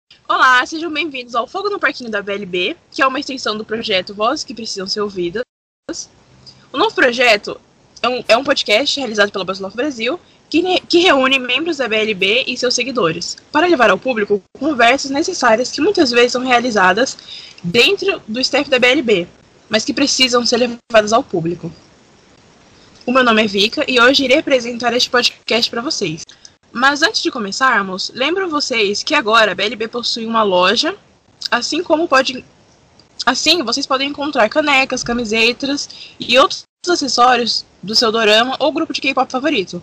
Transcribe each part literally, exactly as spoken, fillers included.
Olá, sejam bem-vindos ao Fogo no Parquinho da B L B, que é uma extensão do projeto Vozes que Precisam Ser Ouvidas. O novo projeto é um, é um podcast realizado pela Voz Love Brasil, que, que reúne membros da B L B e seus seguidores, para levar ao público conversas necessárias que muitas vezes são realizadas dentro do staff da B L B, mas que precisam ser levadas ao público. O meu nome é Vika e hoje irei apresentar este podcast para vocês. Mas antes de começarmos, lembro vocês que agora a B L B possui uma loja, assim como pode... Assim, vocês podem encontrar canecas, camisetas e outros acessórios do seu dorama ou grupo de K-pop favorito,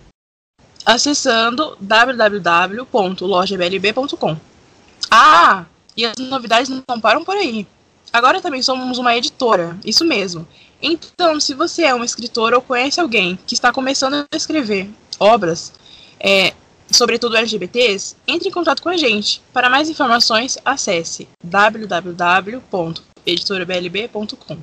acessando w w w ponto loja b l b ponto com. Ah, e as novidades não param por aí. Agora também somos uma editora, isso mesmo. Então, se você é um escritor ou conhece alguém que está começando a escrever obras, é, sobretudo L G B Ts, entre em contato com a gente. Para mais informações, acesse w w w ponto editora b l b ponto com.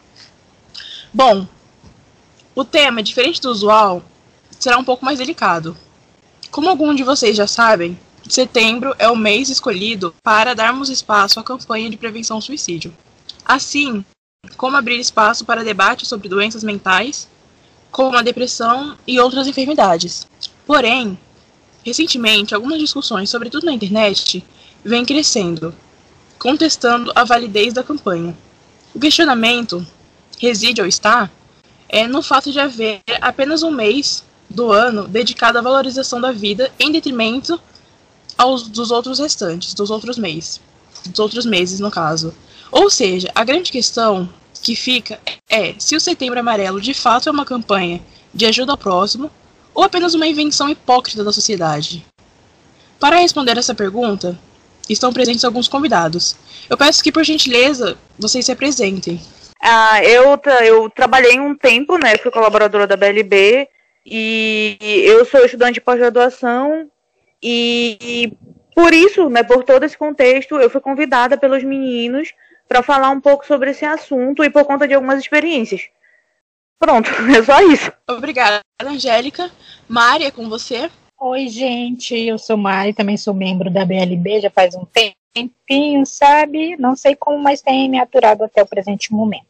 Bom, o tema, diferente do usual, será um pouco mais delicado. Como alguns de vocês já sabem, setembro é o mês escolhido para darmos espaço à campanha de prevenção ao suicídio. Assim, como abrir espaço para debate sobre doenças mentais, como a depressão e outras enfermidades. Porém, recentemente, algumas discussões, sobretudo na internet, vêm crescendo, contestando a validez da campanha. O questionamento reside ou está é no fato de haver apenas um mês do ano dedicado à valorização da vida em detrimento aos dos outros restantes, dos outros meses, dos outros meses no caso. Ou seja, a grande questão que fica é se o Setembro Amarelo de fato é uma campanha de ajuda ao próximo ou apenas uma invenção hipócrita da sociedade. Para responder essa pergunta, estão presentes alguns convidados. Eu peço que, por gentileza, vocês se apresentem. Ah, eu, eu trabalhei um tempo, né, fui colaboradora da B L B, e eu sou estudante de pós-graduação, e, e por isso, né, por todo esse contexto, eu fui convidada pelos meninos para falar um pouco sobre esse assunto e por conta de algumas experiências. Pronto, é só isso. Obrigada, Angélica. Mari, é com você? Oi, gente, eu sou Mari, também sou membro da B L B, já faz um tempinho, sabe? Não sei como, mas tem me aturado até o presente momento.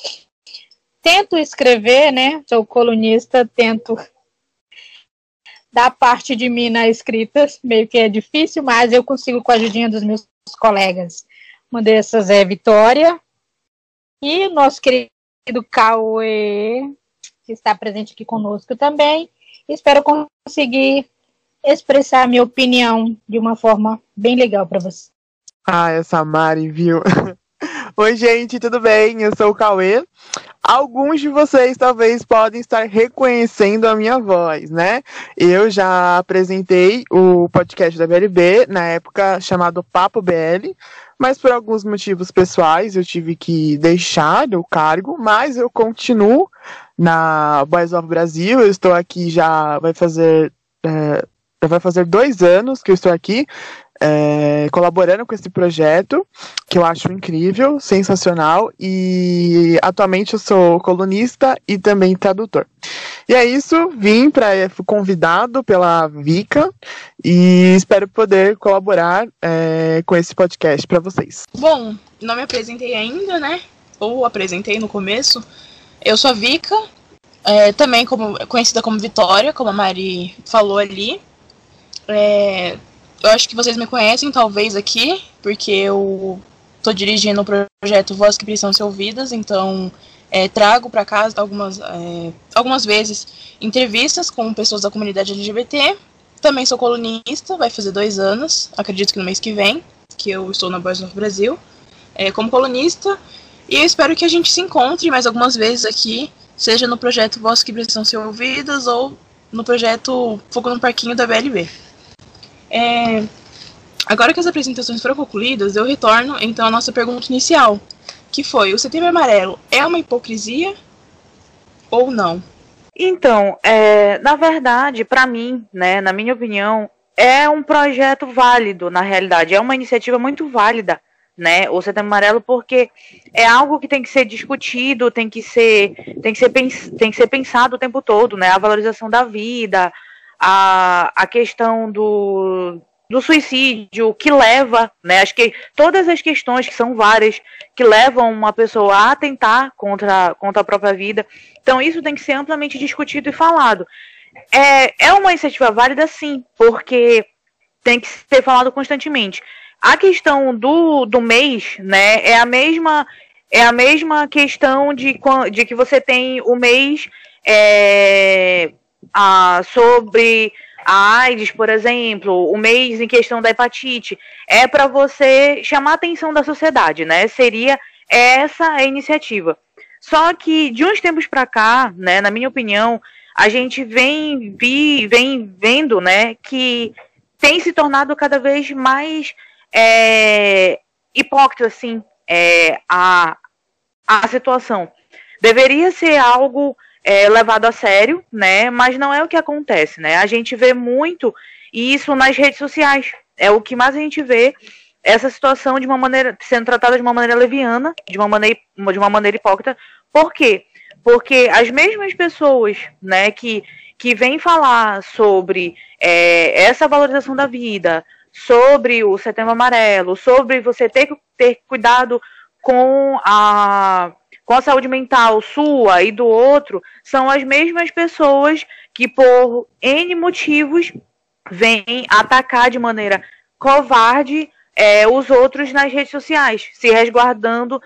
Tento escrever, né? Sou colunista, tento dar parte de mim na escrita, meio que é difícil, mas eu consigo com a ajudinha dos meus colegas. Uma dessas é Vitória e o nosso querido Cauê, que está presente aqui conosco também. Espero conseguir expressar a minha opinião de uma forma bem legal para você. Ah, essa Mari, viu? Oi, gente, tudo bem? Eu sou o Cauê. Alguns de vocês talvez podem estar reconhecendo a minha voz, né? Eu já apresentei o podcast da B L B, na época chamado Papo B L, mas por alguns motivos pessoais eu tive que deixar o cargo, mas eu continuo na Voz Love Brasil. Eu estou aqui já, vai fazer, é, vai fazer dois anos que eu estou aqui, É, colaborando com esse projeto, que eu acho incrível, sensacional, e atualmente eu sou colunista e também tradutor. E é isso, vim para fui convidado pela Vika e espero poder colaborar é, com esse podcast para vocês. Bom, não me apresentei ainda, né? Ou apresentei no começo. Eu sou a Vika, é, também como, conhecida como Vitória, como a Mari falou ali. É... Eu acho que vocês me conhecem, talvez, aqui, porque eu estou dirigindo o projeto Vozes que Precisam Ser Ouvidas, então é, trago para casa algumas, é, algumas vezes entrevistas com pessoas da comunidade L G B T. Também sou colunista, vai fazer dois anos, acredito que no mês que vem, que eu estou na Voz Love Brasil, é, como colunista, e eu espero que a gente se encontre mais algumas vezes aqui, seja no projeto Vozes que Precisam Ser Ouvidas ou no projeto Fogo no Parquinho da B L B. É, agora que as apresentações foram concluídas, eu retorno então à nossa pergunta inicial, que foi: o Setembro Amarelo é uma hipocrisia ou não? Então, é, na verdade, para mim, né, na minha opinião, é um projeto válido, na realidade, é uma iniciativa muito válida, né, o Setembro Amarelo, porque é algo que tem que ser discutido, tem que ser, tem que ser, pens, tem que ser pensado o tempo todo, né, a valorização da vida, a, a questão do, do suicídio, que leva, né, acho que todas as questões, que são várias, que levam uma pessoa a atentar contra, contra a própria vida. Então isso tem que ser amplamente discutido e falado. É, é uma iniciativa válida, sim, porque tem que ser falado constantemente. A questão do, do mês, né, é a mesma, é a mesma questão de, de que você tem o mês é, a, sobre a AIDS, por exemplo, o mês em questão da hepatite. É para você chamar a atenção da sociedade, né? Seria essa a iniciativa. Só que de uns tempos para cá, né, na minha opinião, a gente vem, vi, vem vendo, né, que tem se tornado cada vez mais é, hipócrita, assim, é, a, a situação. Deveria ser algo é, levado a sério, né, mas não é o que acontece, né. A gente vê muito isso nas redes sociais. É o que mais a gente vê, essa situação de uma maneira, sendo tratada de uma maneira leviana, de uma maneira, de uma maneira hipócrita. Por quê? Porque as mesmas pessoas, né, que, que vêm falar sobre é, essa valorização da vida, sobre o Setembro Amarelo, sobre você ter que ter cuidado com a, com a saúde mental sua e do outro, são as mesmas pessoas que, por N motivos, vêm atacar de maneira covarde é, os outros nas redes sociais, se resguardando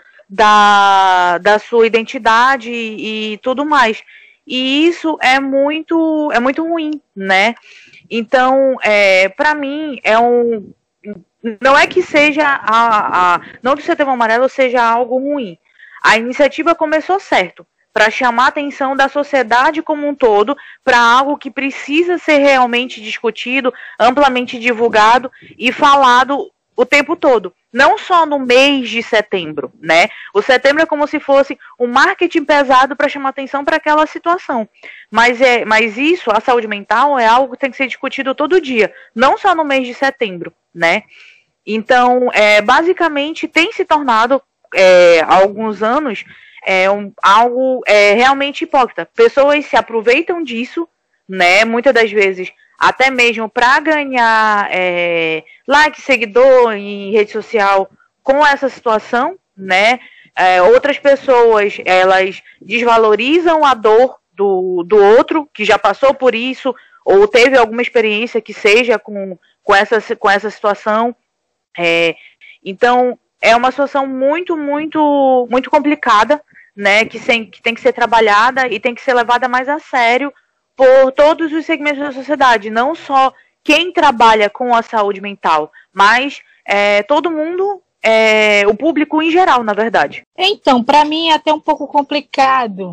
da, da sua identidade e, e tudo mais. E isso é muito, é muito ruim, né? Então, é, para mim, é um... não é que seja a, a... não que o Setembro Amarelo seja algo ruim. A iniciativa começou certo, para chamar a atenção da sociedade como um todo, para algo que precisa ser realmente discutido, amplamente divulgado e falado o tempo todo. Não só no mês de setembro, né? O setembro é como se fosse um marketing pesado para chamar atenção para aquela situação. Mas, é, mas isso, a saúde mental, é algo que tem que ser discutido todo dia, não só no mês de setembro, né? Então, é, basicamente, tem se tornado, é, há alguns anos, é, um, algo é, realmente hipócrita. Pessoas se aproveitam disso, né? Muitas das vezes até mesmo para ganhar é, like, seguidor em rede social com essa situação, né? É, outras pessoas, elas desvalorizam a dor do, do outro, que já passou por isso, ou teve alguma experiência que seja com, com, essa, com essa situação. É, então, é uma situação muito, muito, muito complicada, né? Que, sem, que tem que ser trabalhada e tem que ser levada mais a sério por todos os segmentos da sociedade, não só quem trabalha com a saúde mental, mas é, todo mundo, é, o público em geral, na verdade. Então, para mim é até um pouco complicado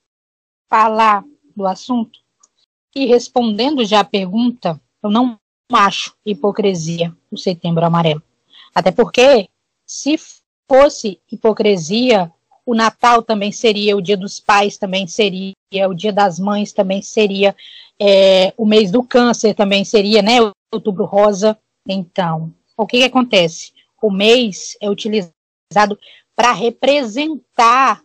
falar do assunto. E respondendo já a pergunta, eu não acho hipocrisia o Setembro Amarelo. Até porque, se fosse hipocrisia, o Natal também seria, o Dia dos Pais também seria, o Dia das Mães também seria, é, o mês do câncer também seria, né, o Outubro Rosa. Então, o que que acontece? O mês é utilizado para representar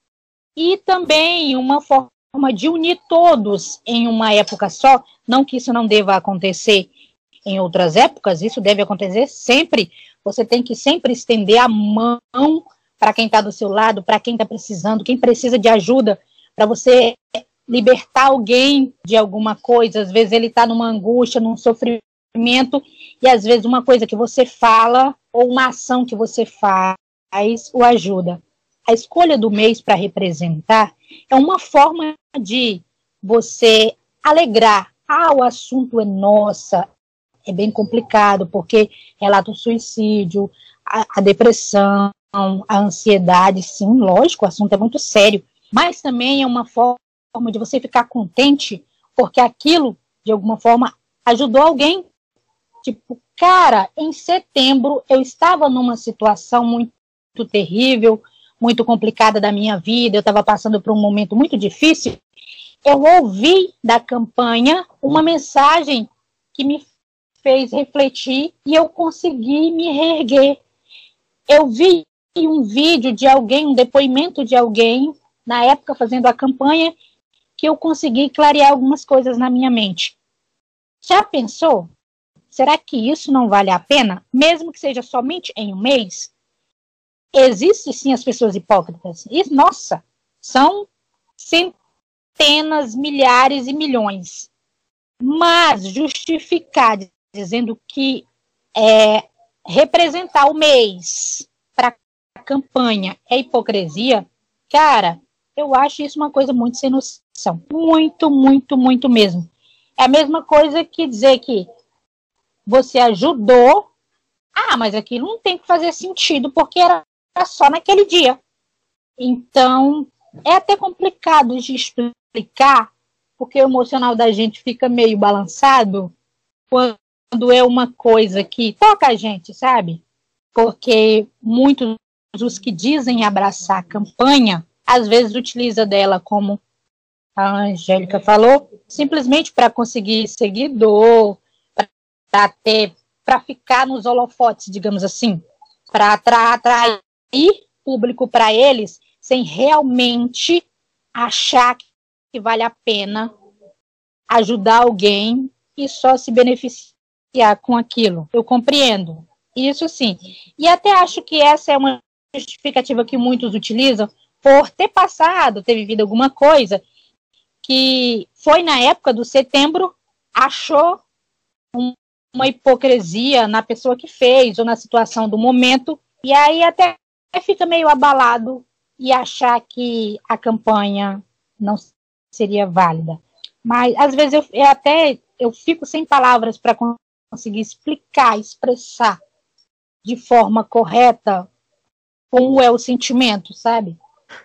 e também uma forma de unir todos em uma época só, não que isso não deva acontecer em outras épocas, isso deve acontecer sempre. Você tem que sempre estender a mão para quem está do seu lado, para quem está precisando, quem precisa de ajuda, para você libertar alguém de alguma coisa. Às vezes ele está numa angústia, num sofrimento, e às vezes uma coisa que você fala, ou uma ação que você faz, o ajuda. A escolha do mês para representar é uma forma de você alegrar. Ah, o assunto é nossa, é bem complicado, porque relata o suicídio, a, a depressão, a ansiedade, sim, lógico, o assunto é muito sério, mas também é uma forma de você ficar contente, porque aquilo, de alguma forma, ajudou alguém. Tipo, cara, em setembro eu estava numa situação muito terrível, muito complicada da minha vida, eu estava passando por um momento muito difícil, eu ouvi da campanha uma mensagem que me fez refletir e eu consegui me reerguer. Eu vi um vídeo de alguém, um depoimento de alguém, na época fazendo a campanha, que eu consegui clarear algumas coisas na minha mente. Já pensou? será que isso não vale a pena? Mesmo que seja somente em um mês? Existe sim as pessoas hipócritas. E, nossa, são centenas, milhares e milhões. Mas justificar dizendo que é, representar o mês para a campanha é hipocrisia, cara, eu acho isso uma coisa muito sem noção. Muito, muito, muito mesmo. É a mesma coisa que dizer que você ajudou, ah, mas aquilo não tem que fazer sentido porque era só naquele dia. Então, é até complicado de explicar, porque o emocional da gente fica meio balançado quando é uma coisa que toca a gente, sabe? Porque muitos dos que dizem abraçar a campanha, às vezes utiliza dela, como a Angélica falou, simplesmente para conseguir seguidor, para ter, para ficar nos holofotes, digamos assim, para atrair público para eles, sem realmente achar que vale a pena ajudar alguém e só se beneficiar com aquilo. Eu compreendo. Isso sim. E até acho que essa é uma justificativa que muitos utilizam por ter passado, ter vivido alguma coisa que foi na época do setembro, achou um, uma hipocrisia na pessoa que fez ou na situação do momento, e aí até fica meio abalado e achar que a campanha não seria válida. Mas às vezes eu, eu até eu fico sem palavras para conseguir explicar, expressar de forma correta como é o sentimento, sabe?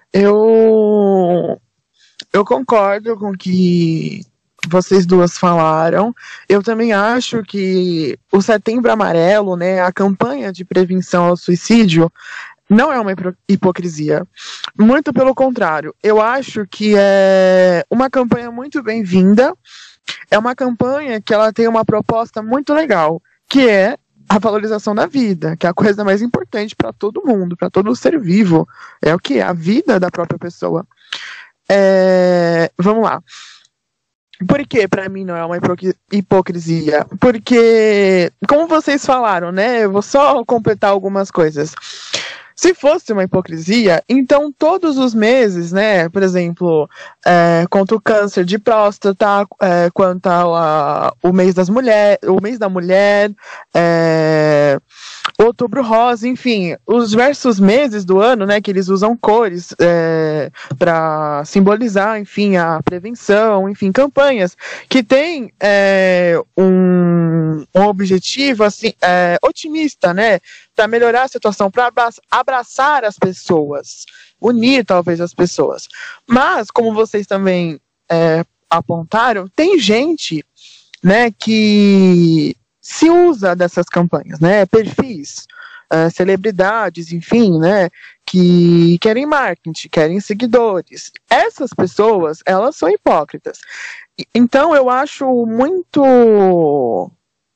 Eu eu concordo com o que vocês duas falaram. Eu também acho que o Setembro Amarelo, né, a campanha de prevenção ao suicídio, não é uma hipocrisia. Muito pelo contrário. Eu acho que é uma campanha muito bem-vinda. É uma campanha que ela tem uma proposta muito legal, que é a valorização da vida, que é a coisa mais importante para todo mundo, para todo ser vivo. É o que é a vida da própria pessoa. É, vamos lá. Por que para mim não é uma hipocrisia? Porque, como vocês falaram, né? Eu vou só completar algumas coisas. Se fosse uma hipocrisia, então todos os meses, né, por exemplo, é, contra o câncer de próstata, é, quanto ao a, o mês das mulheres, o mês da mulher, é, outubro rosa, enfim, os diversos meses do ano, né, que eles usam cores é, para simbolizar, enfim, a prevenção, enfim, campanhas que têm é, um, um objetivo assim é, otimista, né, para melhorar a situação, para abraçar as pessoas, unir talvez as pessoas. Mas, como vocês também é, apontaram, tem gente, né, que se usa dessas campanhas, né, perfis, é, celebridades, enfim, né, que querem marketing, querem seguidores. Essas pessoas, elas são hipócritas. Então, eu acho muito,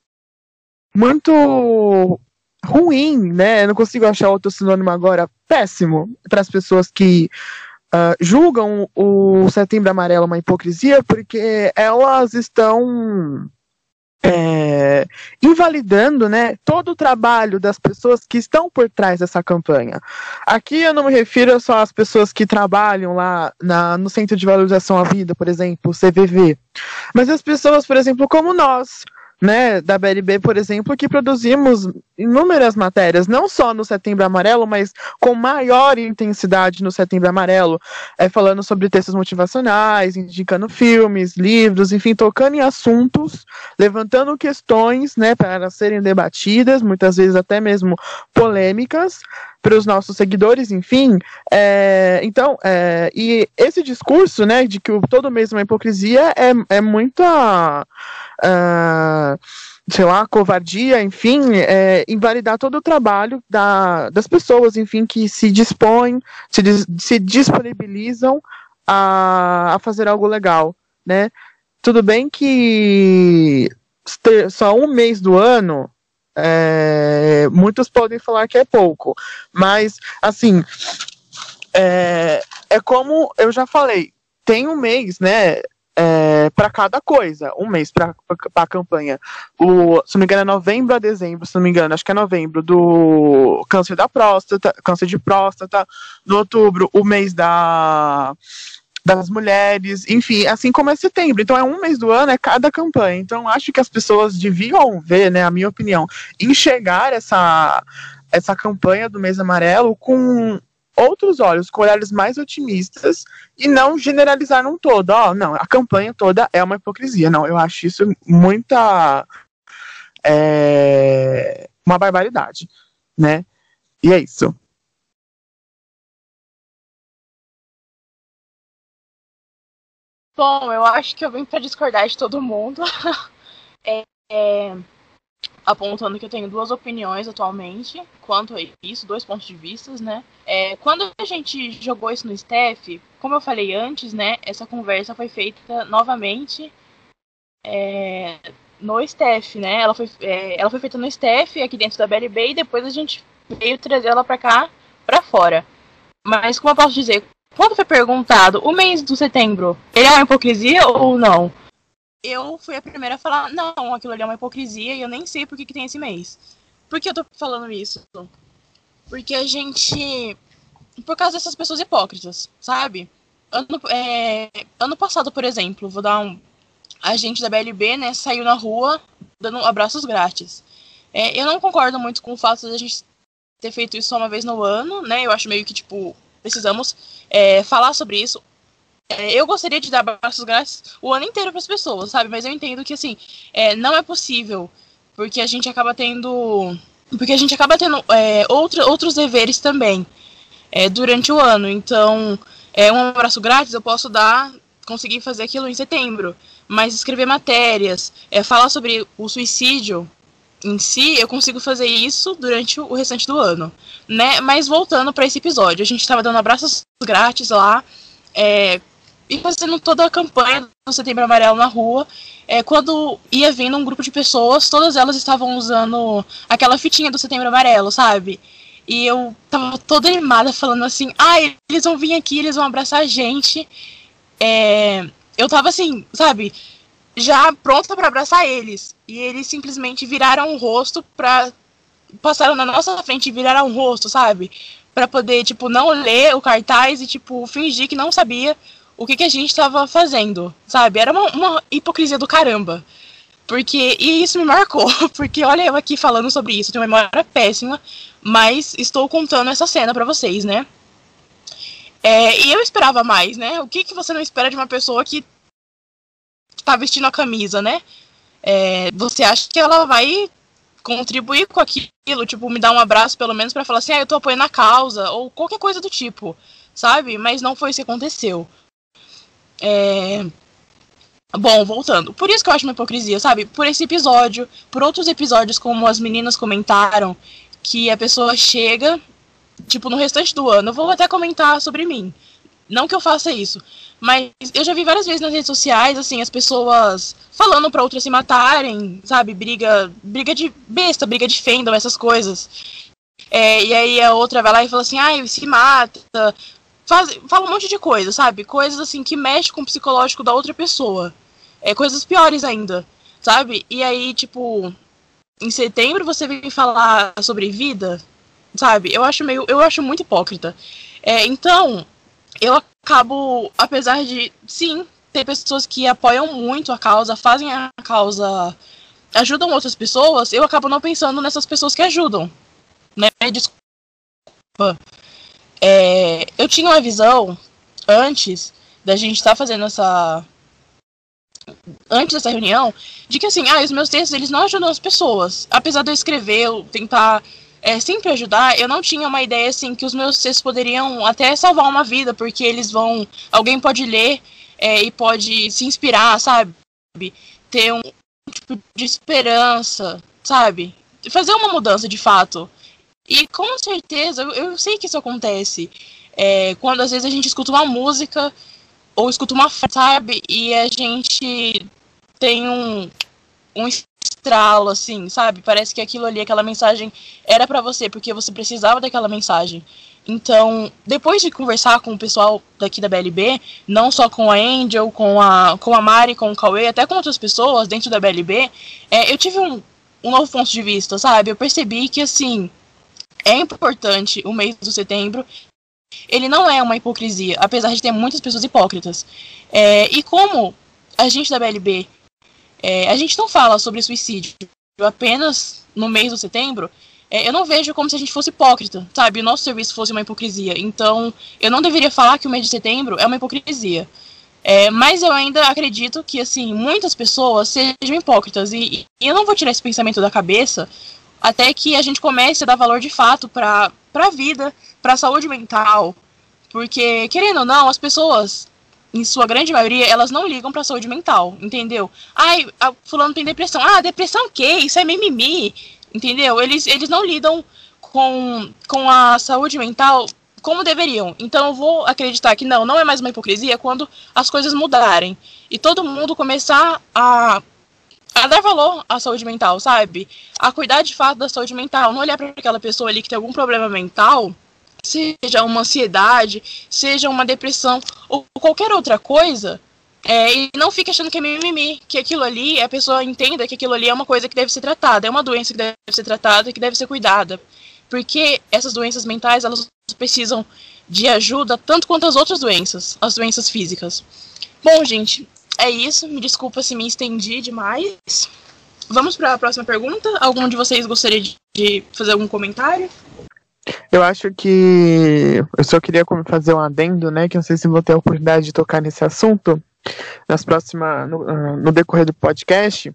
muito ruim, né? Eu não consigo achar outro sinônimo agora, péssimo, para as pessoas que uh, julgam o Setembro Amarelo uma hipocrisia, porque elas estão é, invalidando, né, todo o trabalho das pessoas que estão por trás dessa campanha. Aqui eu não me refiro só às pessoas que trabalham lá na, no Centro de Valorização à Vida, por exemplo, o C V V, mas as pessoas, por exemplo, como nós, né, da B L B, por exemplo, que produzimos inúmeras matérias, não só no Setembro Amarelo, mas com maior intensidade no Setembro Amarelo, é, falando sobre textos motivacionais, indicando filmes, livros, enfim, tocando em assuntos, levantando questões, né, para serem debatidas, muitas vezes até mesmo polêmicas, para os nossos seguidores, enfim. É, então, é, e esse discurso, né, de que o, todo mês é uma hipocrisia é, é muita, uh, sei lá, covardia, enfim, é, invalidar todo o trabalho da, das pessoas, enfim, que se dispõem, se, se disponibilizam a, a fazer algo legal, né. Tudo bem que só um mês do ano, É, muitos podem falar que é pouco, mas assim é, é como eu já falei, tem um mês, né, é, para cada coisa. Um mês para a campanha. O, se não me engano, é novembro a dezembro, se não me engano, acho que é novembro, do câncer da próstata, câncer de próstata. No outubro, o mês da, das mulheres, enfim, assim como é setembro. Então é um mês do ano, é cada campanha. Então acho que as pessoas deviam ver, né, a minha opinião, enxergar essa, essa campanha do mês amarelo com outros olhos, com olhares mais otimistas e não generalizar num todo. Ó, oh, não, a campanha toda é uma hipocrisia. Não, eu acho isso muita é, uma barbaridade, né? E é isso. Bom, eu acho que eu vim para discordar de todo mundo. é, é, apontando que eu tenho duas opiniões atualmente quanto a isso, dois pontos de vista, né? É, quando a gente jogou isso no staff, como eu falei antes, né? Essa conversa foi feita novamente é, no staff, né? Ela foi, é, ela foi feita no staff aqui dentro da B L B e depois a gente veio trazer ela para cá, para fora. Mas como eu posso dizer, quando foi perguntado o mês do setembro, ele é uma hipocrisia ou não? Eu fui a primeira a falar, não, aquilo ali é uma hipocrisia e eu nem sei por que, que tem esse mês. Por que eu tô falando isso? Porque a gente... Por causa dessas pessoas hipócritas, sabe? Ano, é, ano passado, por exemplo, vou dar um... A gente da B L B, né, saiu na rua dando abraços grátis. É, eu não concordo muito com o fato de a gente ter feito isso só uma vez no ano, né? Eu acho meio que, tipo, precisamos é, falar sobre isso. É, eu gostaria de dar abraços grátis o ano inteiro para as pessoas, sabe? Mas eu entendo que, assim, é, não é possível, porque a gente acaba tendo... Porque a gente acaba tendo é, outro, outros deveres também é, durante o ano. Então, é, um abraço grátis eu posso dar, conseguir fazer aquilo em setembro. Mas escrever matérias, é, falar sobre o suicídio em si, eu consigo fazer isso durante o restante do ano, né? Mas voltando para esse episódio, a gente estava dando abraços grátis lá, é, e fazendo toda a campanha do Setembro Amarelo na rua. É, quando ia vindo um grupo de pessoas, todas elas estavam usando aquela fitinha do Setembro Amarelo, sabe? E eu tava toda animada falando assim, ah, eles vão vir aqui, eles vão abraçar a gente. É, eu tava assim, sabe, já pronta pra abraçar eles. E eles simplesmente viraram o rosto pra... Passaram na nossa frente e viraram o rosto, sabe? Pra poder, tipo, não ler o cartaz e, tipo, fingir que não sabia o que, que a gente tava fazendo, sabe? Era uma, uma hipocrisia do caramba. Porque, e isso me marcou, porque olha eu aqui falando sobre isso, tenho uma memória péssima, mas estou contando essa cena pra vocês, né? É, e eu esperava mais, né? O que, que você não espera de uma pessoa que tá vestindo a camisa, né? É, você acha que ela vai contribuir com aquilo, tipo, me dar um abraço pelo menos pra falar assim, ah, eu tô apoiando a causa, ou qualquer coisa do tipo, sabe? Mas não foi isso que aconteceu. É... Bom, voltando. Por isso que eu acho uma hipocrisia, sabe? Por esse episódio, por outros episódios, como as meninas comentaram, que a pessoa chega, tipo, no restante do ano, eu vou até comentar sobre mim. Não que eu faça isso, mas eu já vi várias vezes nas redes sociais, assim, as pessoas falando pra outras se matarem, sabe? Briga, briga de besta, briga de fandom, essas coisas. É, e aí a outra vai lá e fala assim, ai, se mata... Faz, fala um monte de coisa, sabe? Coisas assim que mexem com o psicológico da outra pessoa. É, coisas piores ainda, sabe? E aí, tipo, em setembro você vem falar sobre vida, sabe? Eu acho meio. Eu acho muito hipócrita. É, então, eu acabo, apesar de, sim, ter pessoas que apoiam muito a causa, fazem a causa, ajudam outras pessoas, eu acabo não pensando nessas pessoas que ajudam. Né? Desculpa. É, eu tinha uma visão, antes da gente estar tá fazendo essa... Antes dessa reunião, de que assim, ah, os meus textos, eles não ajudam as pessoas. Apesar de eu escrever, eu tentar é, sempre ajudar, eu não tinha uma ideia, assim, que os meus textos poderiam até salvar uma vida, porque eles vão... Alguém pode ler é, e pode se inspirar, sabe? Ter um tipo de esperança, sabe? Fazer uma mudança, de fato. E com certeza, eu, eu sei que isso acontece. É, quando às vezes a gente escuta uma música, ou escuta uma frase, sabe? E a gente tem um, um estralo, assim, sabe? Parece que aquilo ali, aquela mensagem era pra você, porque você precisava daquela mensagem. Então, depois de conversar com o pessoal daqui da B L B, não só com a Angel, com a, com a Mari, com o Cauê, até com outras pessoas dentro da B L B, é, eu tive um, um novo ponto de vista, sabe? Eu percebi que, assim, é importante o mês de setembro. Ele não é uma hipocrisia, apesar de ter muitas pessoas hipócritas. É, e como a gente da B L B, é, a gente não fala sobre suicídio apenas no mês de setembro, é, eu não vejo como se a gente fosse hipócrita, sabe? O nosso serviço fosse uma hipocrisia. Então, eu não deveria falar que o mês de setembro é uma hipocrisia. É, mas eu ainda acredito que, assim, muitas pessoas sejam hipócritas. E, e eu não vou tirar esse pensamento da cabeça até que a gente comece a dar valor de fato para a vida, para a saúde mental. Porque, querendo ou não, as pessoas, em sua grande maioria, elas não ligam para a saúde mental, entendeu? Ai, a fulano tem depressão. Ah, depressão o quê? Isso é mimimi. Entendeu? Eles, eles não lidam com, com a saúde mental como deveriam. Então eu vou acreditar que não, não é mais uma hipocrisia quando as coisas mudarem. E todo mundo começar a, a dar valor à saúde mental, sabe? A cuidar de fato da saúde mental. Não olhar para aquela pessoa ali que tem algum problema mental, seja uma ansiedade, seja uma depressão ou qualquer outra coisa. É, e não fique achando que é mimimi, que aquilo ali, a pessoa entenda que aquilo ali é uma coisa que deve ser tratada, é uma doença que deve ser tratada, que deve ser cuidada. Porque essas doenças mentais, elas precisam de ajuda tanto quanto as outras doenças, as doenças físicas. Bom, gente, é isso. Me desculpa se me estendi demais. Vamos para a próxima pergunta. Algum de vocês gostaria de fazer algum comentário? Eu acho que eu só queria fazer um adendo, né, que não sei se vou ter a oportunidade de tocar nesse assunto nas próximas, no, no decorrer do podcast,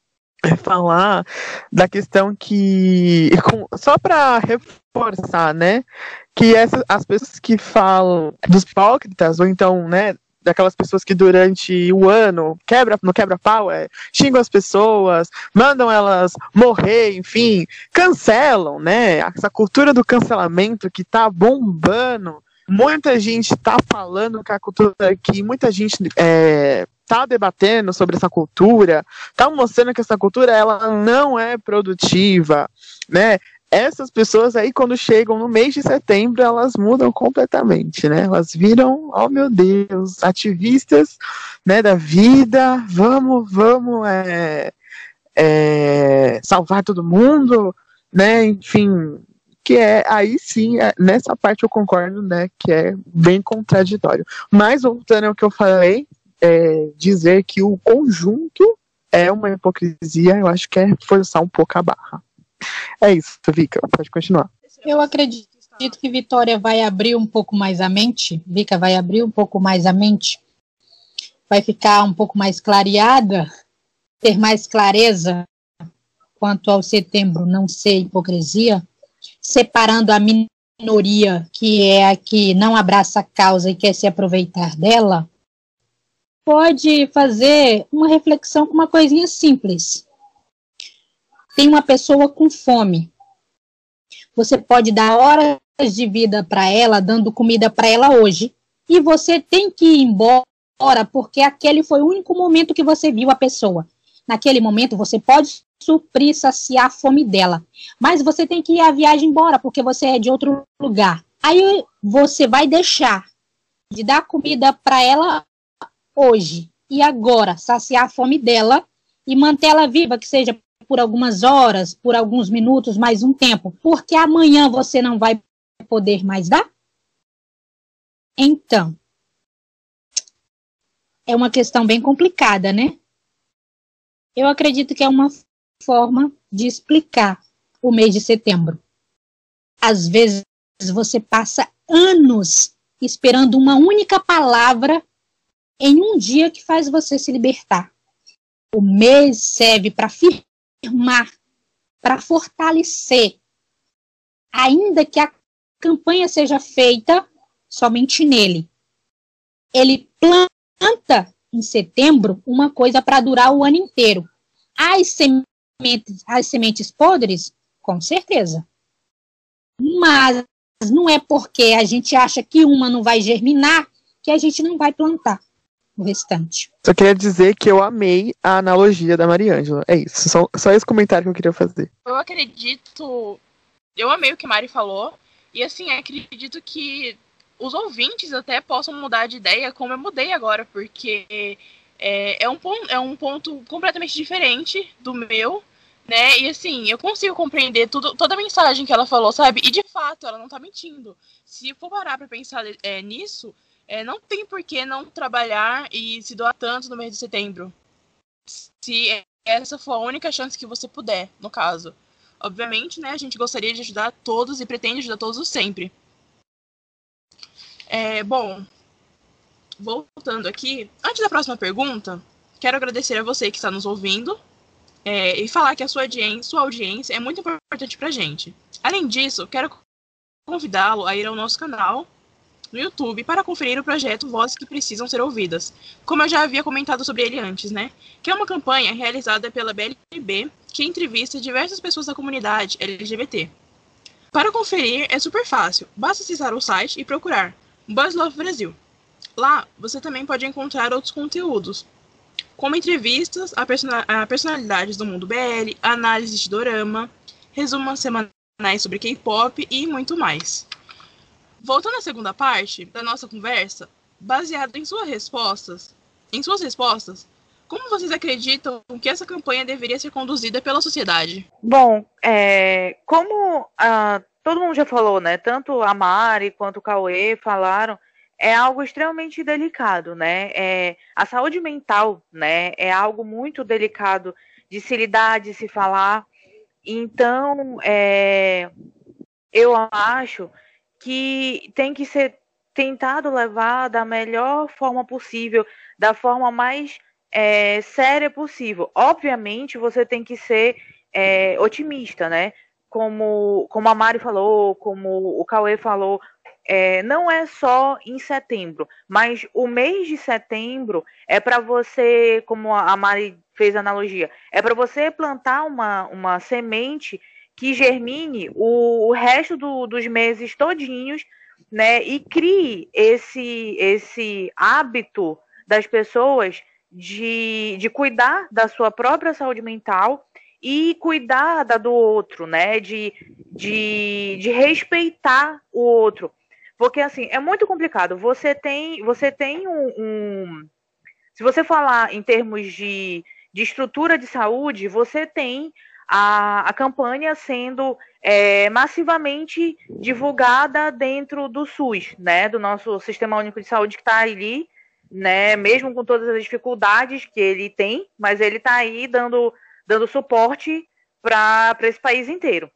é falar da questão que, com, só para reforçar, né, que essas, as pessoas que falam dos hipócritas, ou então, né, daquelas pessoas que durante o ano quebra, no quebra-pau, é, xingam as pessoas, mandam elas morrer, enfim, cancelam, né, essa cultura do cancelamento que tá bombando. Muita gente está falando que a cultura aqui, muita gente está é, debatendo sobre essa cultura, está mostrando que essa cultura ela não é produtiva, né? Essas pessoas aí, quando chegam no mês de setembro, elas mudam completamente, né? Elas viram, oh meu Deus, ativistas, né, da vida, vamos, vamos é, é, salvar todo mundo, né? Enfim, que é, aí sim, é, nessa parte eu concordo, né, que é bem contraditório. Mas, voltando ao que eu falei, é, dizer que o conjunto é uma hipocrisia, eu acho que é forçar um pouco a barra. É isso, Vika, pode continuar. Eu acredito que Vitória vai abrir um pouco mais a mente, Vika vai abrir um pouco mais a mente, vai ficar um pouco mais clareada, ter mais clareza quanto ao setembro não ser hipocrisia, separando a minoria, que é a que não abraça a causa e quer se aproveitar dela, pode fazer uma reflexão com uma coisinha simples. Tem uma pessoa com fome. Você pode dar horas de vida para ela, dando comida para ela hoje, e você tem que ir embora porque aquele foi o único momento que você viu a pessoa. Naquele momento você pode suprir, saciar a fome dela. Mas você tem que ir a viagem embora, porque você é de outro lugar. Aí você vai deixar de dar comida para ela hoje e agora saciar a fome dela e manter ela viva, que seja por algumas horas, por alguns minutos, mais um tempo, porque amanhã você não vai poder mais dar? Então, é uma questão bem complicada, né? Eu acredito que é uma forma de explicar o mês de setembro. Às vezes você passa anos esperando uma única palavra em um dia que faz você se libertar. O mês serve para firmar, para fortalecer, ainda que a campanha seja feita somente nele. Ele planta em setembro uma coisa para durar o ano inteiro. As sementes, as sementes podres, com certeza. Mas não é porque a gente acha que uma não vai germinar que a gente não vai plantar. o restante. Só queria dizer que eu amei a analogia da Mariângela. É isso, só, só esse comentário que eu queria fazer. Eu acredito... Eu amei o que a Mari falou. E assim, acredito que os ouvintes até possam mudar de ideia, como eu mudei agora, porque é, é, um, ponto, é um ponto completamente diferente do meu, né? E assim, eu consigo compreender tudo, toda a mensagem que ela falou, sabe? E de fato, ela não tá mentindo. Se for parar pra pensar é, nisso, é, não tem por que não trabalhar e se doar tanto no mês de setembro. Se essa for a única chance que você puder, no caso. Obviamente, né, a gente gostaria de ajudar todos e pretende ajudar todos sempre. É, bom, voltando aqui, antes da próxima pergunta, quero agradecer a você que está nos ouvindo é, e falar que a sua audiência, sua audiência é muito importante pra gente. Além disso, quero convidá-lo a ir ao nosso canal no YouTube para conferir o projeto Vozes que Precisam Ser Ouvidas, como eu já havia comentado sobre ele antes, né? Que é uma campanha realizada pela B L B que entrevista diversas pessoas da comunidade L G B T. Para conferir é super fácil, basta acessar o site e procurar Buzz Love Brasil. Lá você também pode encontrar outros conteúdos, como entrevistas a, person a personalidades do mundo B L, análise de dorama, resumos semanais sobre K-pop e muito mais. Voltando à segunda parte da nossa conversa, baseado em suas respostas, em suas respostas, como vocês acreditam que essa campanha deveria ser conduzida pela sociedade? Bom, é, como ah, todo mundo já falou, né? Tanto a Mari quanto o Cauê falaram, é algo extremamente delicado, né? É, a saúde mental, né? É algo muito delicado de se lidar, de se falar. Então, é, eu acho que tem que ser tentado levar da melhor forma possível, da forma mais é, séria possível. Obviamente, você tem que ser é, otimista, né? Como, como a Mari falou, como o Cauê falou, é, não é só em setembro, mas o mês de setembro é para você, como a Mari fez a analogia, é para você plantar uma, uma semente que germine o, o resto do, dos meses todinhos, né, e crie esse, esse hábito das pessoas de, de cuidar da sua própria saúde mental e cuidar da do outro, né, de, de, de respeitar o outro. Porque, assim, é muito complicado. Você tem, você tem um, um... Se você falar em termos de, de estrutura de saúde, você tem a, a campanha sendo é, massivamente divulgada dentro do SUS, né, do nosso Sistema Único de Saúde, que está ali, né, mesmo com todas as dificuldades que ele tem, mas ele está aí dando, dando suporte para esse país inteiro.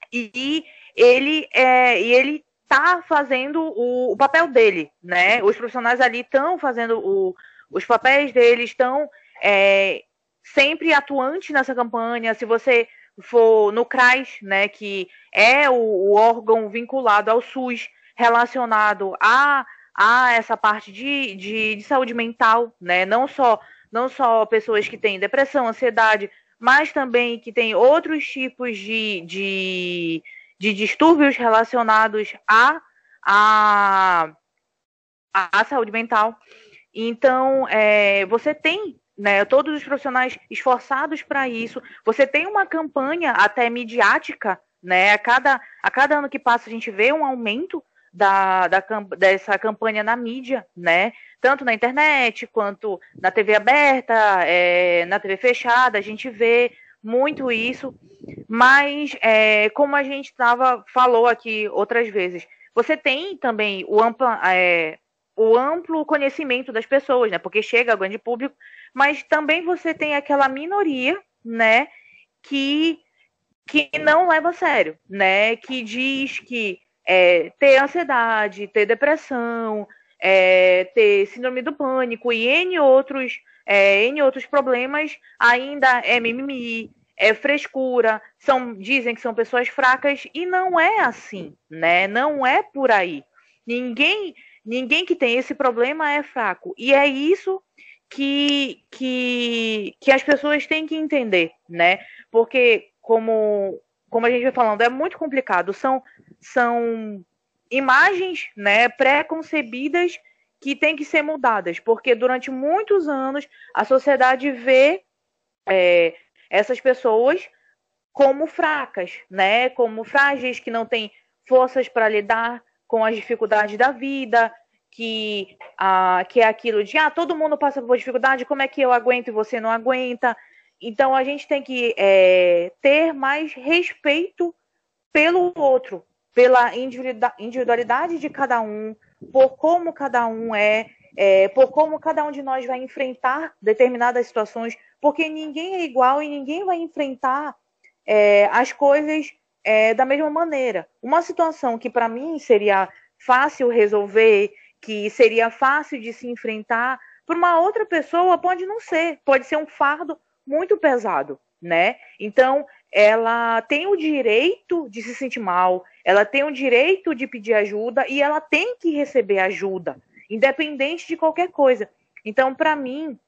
E ele é, e ele está fazendo o, o papel dele, né? Os profissionais ali estão fazendo o, os papéis deles, estão é, sempre atuantes nessa campanha. Se você for no CRAS, né, que é o, o órgão vinculado ao SUS, relacionado a, a essa parte de, de, de saúde mental, né? Não só, não só pessoas que têm depressão, ansiedade, mas também que têm outros tipos de, de, de distúrbios relacionados à a, a, a saúde mental. Então, é, você tem, né, todos os profissionais esforçados para isso. Você tem uma campanha até midiática, né? A cada, a cada ano que passa a gente vê um aumento da, da, dessa campanha na mídia, né? Tanto na internet quanto na T V aberta, é, na T V fechada, a gente vê muito isso. Mas, é, como a gente tava, falou aqui outras vezes, você tem também o amplo, é, o amplo conhecimento das pessoas, né? Porque chega ao grande público, mas também você tem aquela minoria, né? Que, que não leva a sério, né? Que diz que é, ter ansiedade, ter depressão, é, ter síndrome do pânico e N outros, é, N outros problemas ainda é mimimi, é frescura, são, dizem que são pessoas fracas e não é assim, né? Não é por aí. Ninguém, ninguém que tem esse problema é fraco. E é isso que, que, que as pessoas têm que entender, né? Porque, como, como a gente vai falando, é muito complicado. São, são imagens, né, pré-concebidas que têm que ser mudadas, porque durante muitos anos a sociedade vê é, essas pessoas como fracas, né? Como frágeis, que não têm forças para lidar com as dificuldades da vida, que, ah, que é aquilo de, ah, todo mundo passa por dificuldade, como é que eu aguento e você não aguenta? Então a gente tem que é, ter mais respeito pelo outro, pela individualidade de cada um, por como cada um é, é, por como cada um de nós vai enfrentar determinadas situações, porque ninguém é igual e ninguém vai enfrentar é, as coisas é, da mesma maneira. Uma situação que para mim seria fácil resolver, que seria fácil de se enfrentar, para uma outra pessoa pode não ser, pode ser um fardo muito pesado, né? Então, ela tem o direito de se sentir mal, ela tem o direito de pedir ajuda e ela tem que receber ajuda, independente de qualquer coisa. Então, para mim,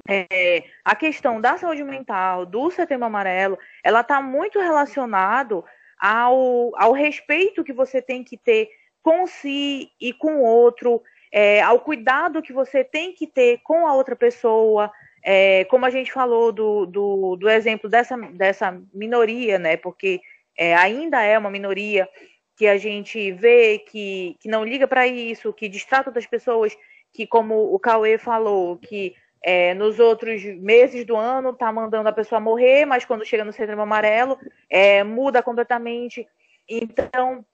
é, a questão da saúde mental, do Setembro Amarelo, ela está muito relacionado ao, ao respeito que você tem que ter com si e com o outro, é, ao cuidado que você tem que ter com a outra pessoa. É, como a gente falou do, do, do exemplo dessa, dessa minoria, né? Porque é, ainda é uma minoria que a gente vê que, que não liga para isso, que distrata das pessoas, que, como o Cauê falou, que é, nos outros meses do ano tá mandando a pessoa morrer, mas quando chega no Setembro Amarelo é, muda completamente. Então,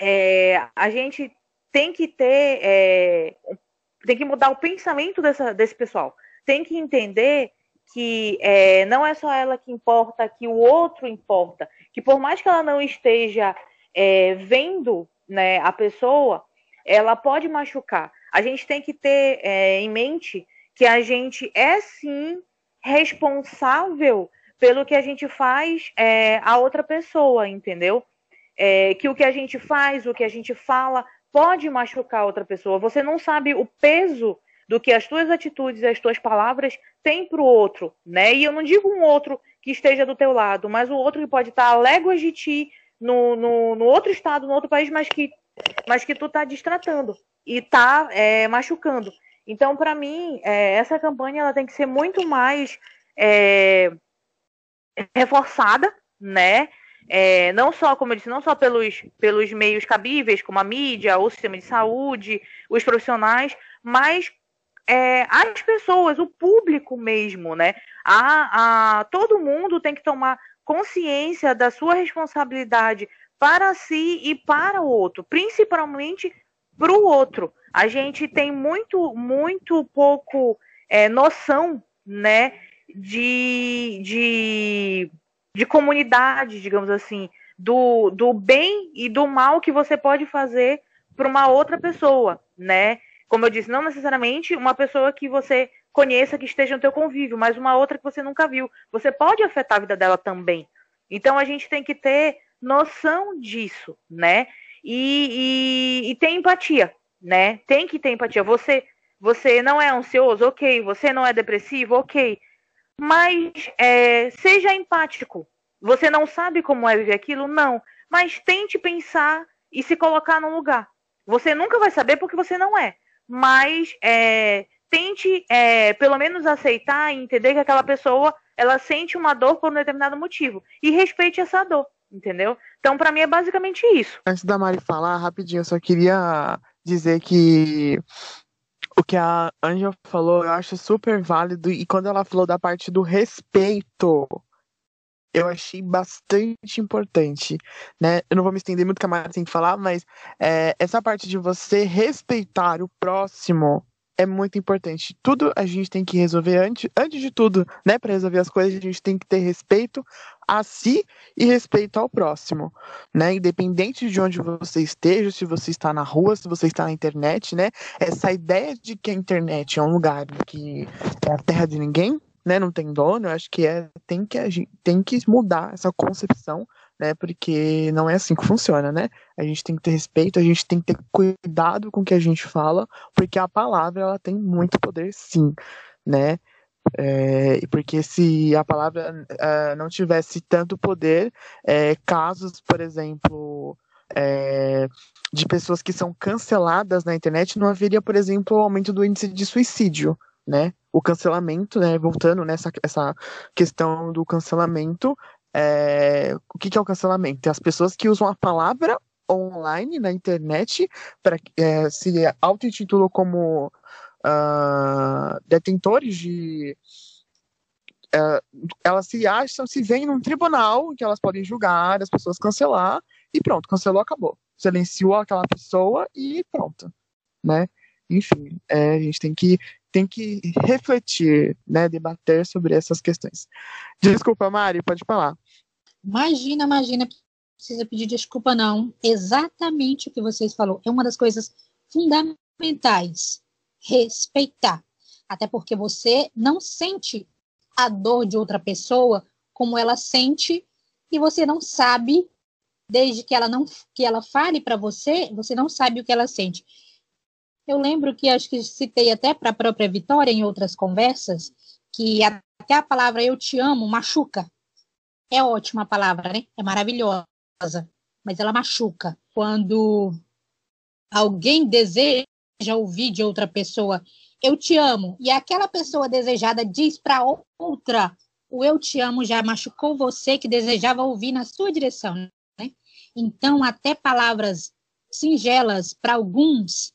é, a gente tem que ter, é, tem que mudar o pensamento dessa, desse pessoal. Tem que entender que é, não é só ela que importa, que o outro importa. Que por mais que ela não esteja é, vendo, né, a pessoa, ela pode machucar. A gente tem que ter é, em mente que a gente é sim responsável pelo que a gente faz é, a outra pessoa, entendeu? É, que o que a gente faz, o que a gente fala, pode machucar a outra pessoa. Você não sabe o peso do que as tuas atitudes e as tuas palavras têm para o outro, né? E eu não digo um outro que esteja do teu lado, mas o outro que pode estar a léguas de ti, no, no, no outro estado, no outro país, mas que, mas que tu tá distratando e tá é, machucando. Então, para mim, é, essa campanha ela tem que ser muito mais é, reforçada, né? É, não só, como eu disse, não só pelos, pelos meios cabíveis, como a mídia, o sistema de saúde, os profissionais, mas é, as pessoas, o público mesmo, né? A, a, todo mundo tem que tomar consciência da sua responsabilidade para si e para o outro, principalmente para o outro. A gente tem muito, muito pouco é, noção, né, de, de, de comunidade, digamos assim, do, do bem e do mal que você pode fazer para uma outra pessoa, né? Como eu disse, não necessariamente uma pessoa que você conheça, que esteja no teu convívio, mas uma outra que você nunca viu. Você pode afetar a vida dela também. Então a gente tem que ter noção disso, né? E, e, e ter empatia, né? Tem que ter empatia. Você, você não é ansioso? Ok. Você não é depressivo? Ok. Mas é, seja empático. Você não sabe como é viver aquilo? Não. Mas tente pensar e se colocar no lugar. Você nunca vai saber porque você não é. Mas é, tente, é, pelo menos, aceitar e entender que aquela pessoa ela sente uma dor por um determinado motivo. E respeite essa dor, entendeu? Então, para mim, é basicamente isso. Antes da Mari falar, rapidinho, eu só queria dizer que o que a Ângela falou eu acho super válido. E quando ela falou da parte do respeito, eu achei bastante importante, né? Eu não vou me estender muito, que a Mari tem que falar, mas é, essa parte de você respeitar o próximo é muito importante. Tudo a gente tem que resolver antes, antes de tudo, né? Para resolver as coisas, a gente tem que ter respeito a si e respeito ao próximo, né? Independente de onde você esteja, se você está na rua, se você está na internet, né? Essa ideia de que a internet é um lugar que é a terra de ninguém, né, não tem dono, eu acho que é, tem, que a gente, tem que mudar essa concepção, né, porque não é assim que funciona, né, a gente tem que ter respeito, a gente tem que ter cuidado com o que a gente fala, porque a palavra, ela tem muito poder sim, né, é, porque se a palavra uh, não tivesse tanto poder, é, casos, por exemplo, é, de pessoas que são canceladas na internet, não haveria, por exemplo, o aumento do índice de suicídio, né? O cancelamento, né? Voltando nessa essa questão do cancelamento, é, o que, que é o cancelamento? É as pessoas que usam a palavra online na internet para é, se auto-intitulam como uh, detentores de uh, elas se acham, se veem num tribunal que elas podem julgar, as pessoas cancelar e pronto, cancelou, acabou, silenciou aquela pessoa e pronto, né? Enfim, é, a gente tem que tem que refletir, né, debater sobre essas questões. Desculpa, Mari, pode falar. Imagina, imagina, precisa pedir desculpa não. Exatamente o que vocês falaram. É uma das coisas fundamentais. Respeitar. Até porque você não sente a dor de outra pessoa como ela sente e você não sabe, desde que ela não que ela fale para você, você não sabe o que ela sente. Eu lembro que acho que citei até para a própria Vitória em outras conversas que até a palavra eu te amo machuca. É ótima a palavra, né? É maravilhosa, mas ela machuca. Quando alguém deseja ouvir de outra pessoa eu te amo, e aquela pessoa desejada diz para outra o eu te amo já machucou você que desejava ouvir na sua direção, né? Então, até palavras singelas para alguns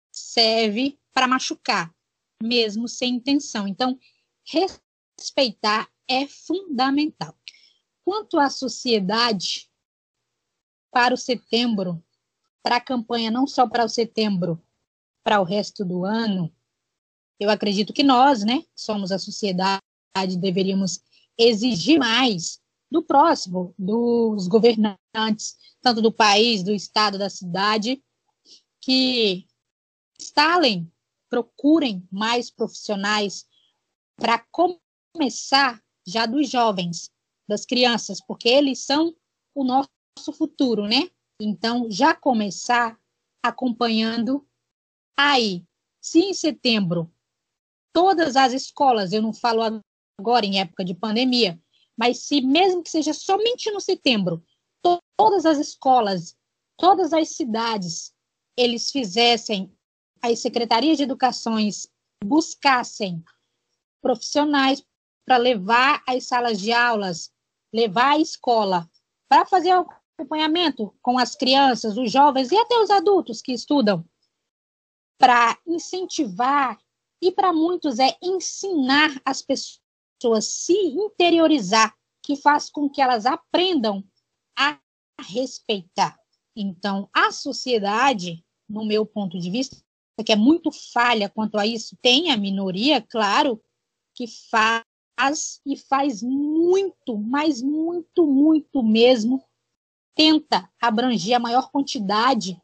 serve para machucar, mesmo sem intenção. Então, respeitar é fundamental. Quanto à sociedade, para o setembro, para a campanha, não só para o setembro, para o resto do ano, eu acredito que nós, né, somos a sociedade, deveríamos exigir mais do próximo, dos governantes, tanto do país, do estado, da cidade, que instalem, procurem mais profissionais para começar já dos jovens, das crianças, porque eles são o nosso futuro, né? Então, já começar acompanhando aí. Se em setembro todas as escolas, eu não falo agora em época de pandemia, mas se mesmo que seja somente no setembro, to- todas as escolas, todas as cidades, eles fizessem, as secretarias de educações buscassem profissionais para levar às salas de aulas, levar à escola, para fazer o acompanhamento com as crianças, os jovens e até os adultos que estudam, para incentivar, e para muitos é ensinar as pessoas se interiorizar, que faz com que elas aprendam a respeitar. Então, a sociedade, no meu ponto de vista, que é muito falha quanto a isso, tem a minoria, claro, que faz e faz muito, mas muito, muito mesmo, tenta abranger a maior quantidade,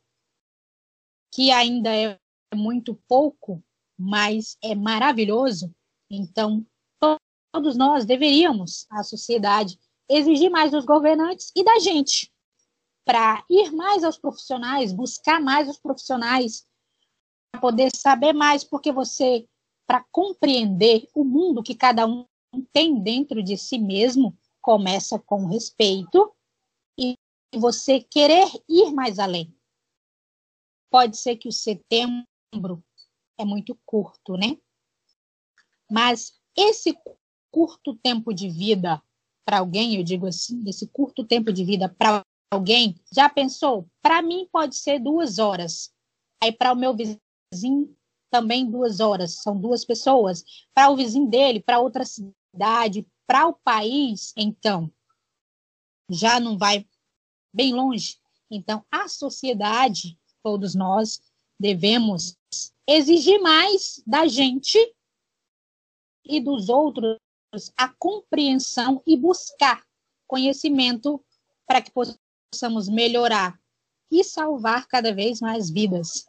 que ainda é muito pouco, mas é maravilhoso. Então, to- todos nós deveríamos, a sociedade, exigir mais dos governantes e da gente, para ir mais aos profissionais, buscar mais os profissionais, para poder saber mais, porque você, para compreender o mundo que cada um tem dentro de si mesmo, começa com respeito e você querer ir mais além. Pode ser que o setembro é muito curto, né? Mas esse curto tempo de vida para alguém, eu digo assim, esse curto tempo de vida para alguém, já pensou? Para mim pode ser duas horas. Aí para o meu vizinho também duas horas, são duas pessoas. Para o vizinho dele, para outra cidade, para o país, então, já não vai bem longe. Então, a sociedade, todos nós, devemos exigir mais da gente e dos outros a compreensão e buscar conhecimento para que possamos melhorar e salvar cada vez mais vidas.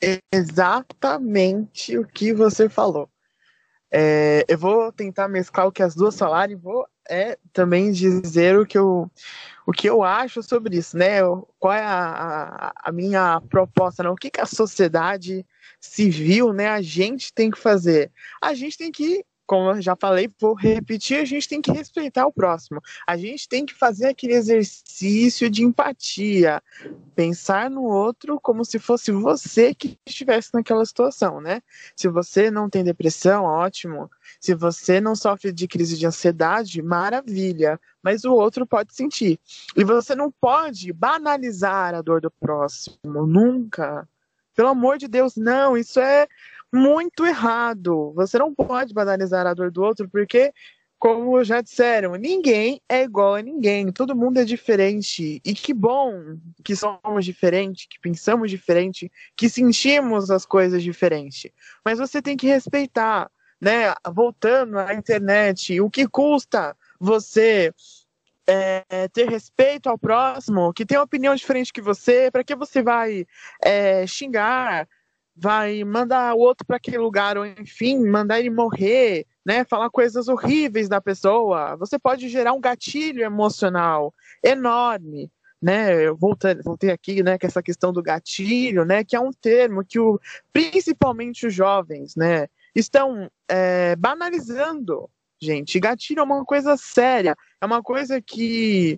Exatamente o que você falou. É, eu vou tentar mesclar o que as duas falaram e vou é, também dizer o que eu, o que eu acho sobre isso, né? Qual é a, a, a minha proposta, não? O que, que a sociedade civil, né, a gente tem que fazer? A gente tem que como eu já falei, vou repetir, a gente tem que respeitar o próximo. A gente tem que fazer aquele exercício de empatia, pensar no outro como se fosse você que estivesse naquela situação, né? Se você não tem depressão, ótimo. Se você não sofre de crise de ansiedade, maravilha. Mas o outro pode sentir. E você não pode banalizar a dor do próximo, nunca. Pelo amor de Deus, não, isso é muito errado. Você não pode banalizar a dor do outro, porque, como já disseram, ninguém é igual a ninguém. Todo mundo é diferente. E que bom que somos diferentes, que pensamos diferente, que sentimos as coisas diferentes. Mas você tem que respeitar, né? Voltando à internet, o que custa você é, ter respeito ao próximo, que tem uma opinião diferente que você? Para que você vai é, xingar, vai mandar o outro para aquele lugar, ou enfim, mandar ele morrer, né? Falar coisas horríveis da pessoa? Você pode gerar um gatilho emocional enorme. Né, eu voltei, voltei aqui, né, com essa questão do gatilho, né, que é um termo que o, principalmente os jovens, né, estão é, banalizando, gente. Gatilho é uma coisa séria, é uma coisa que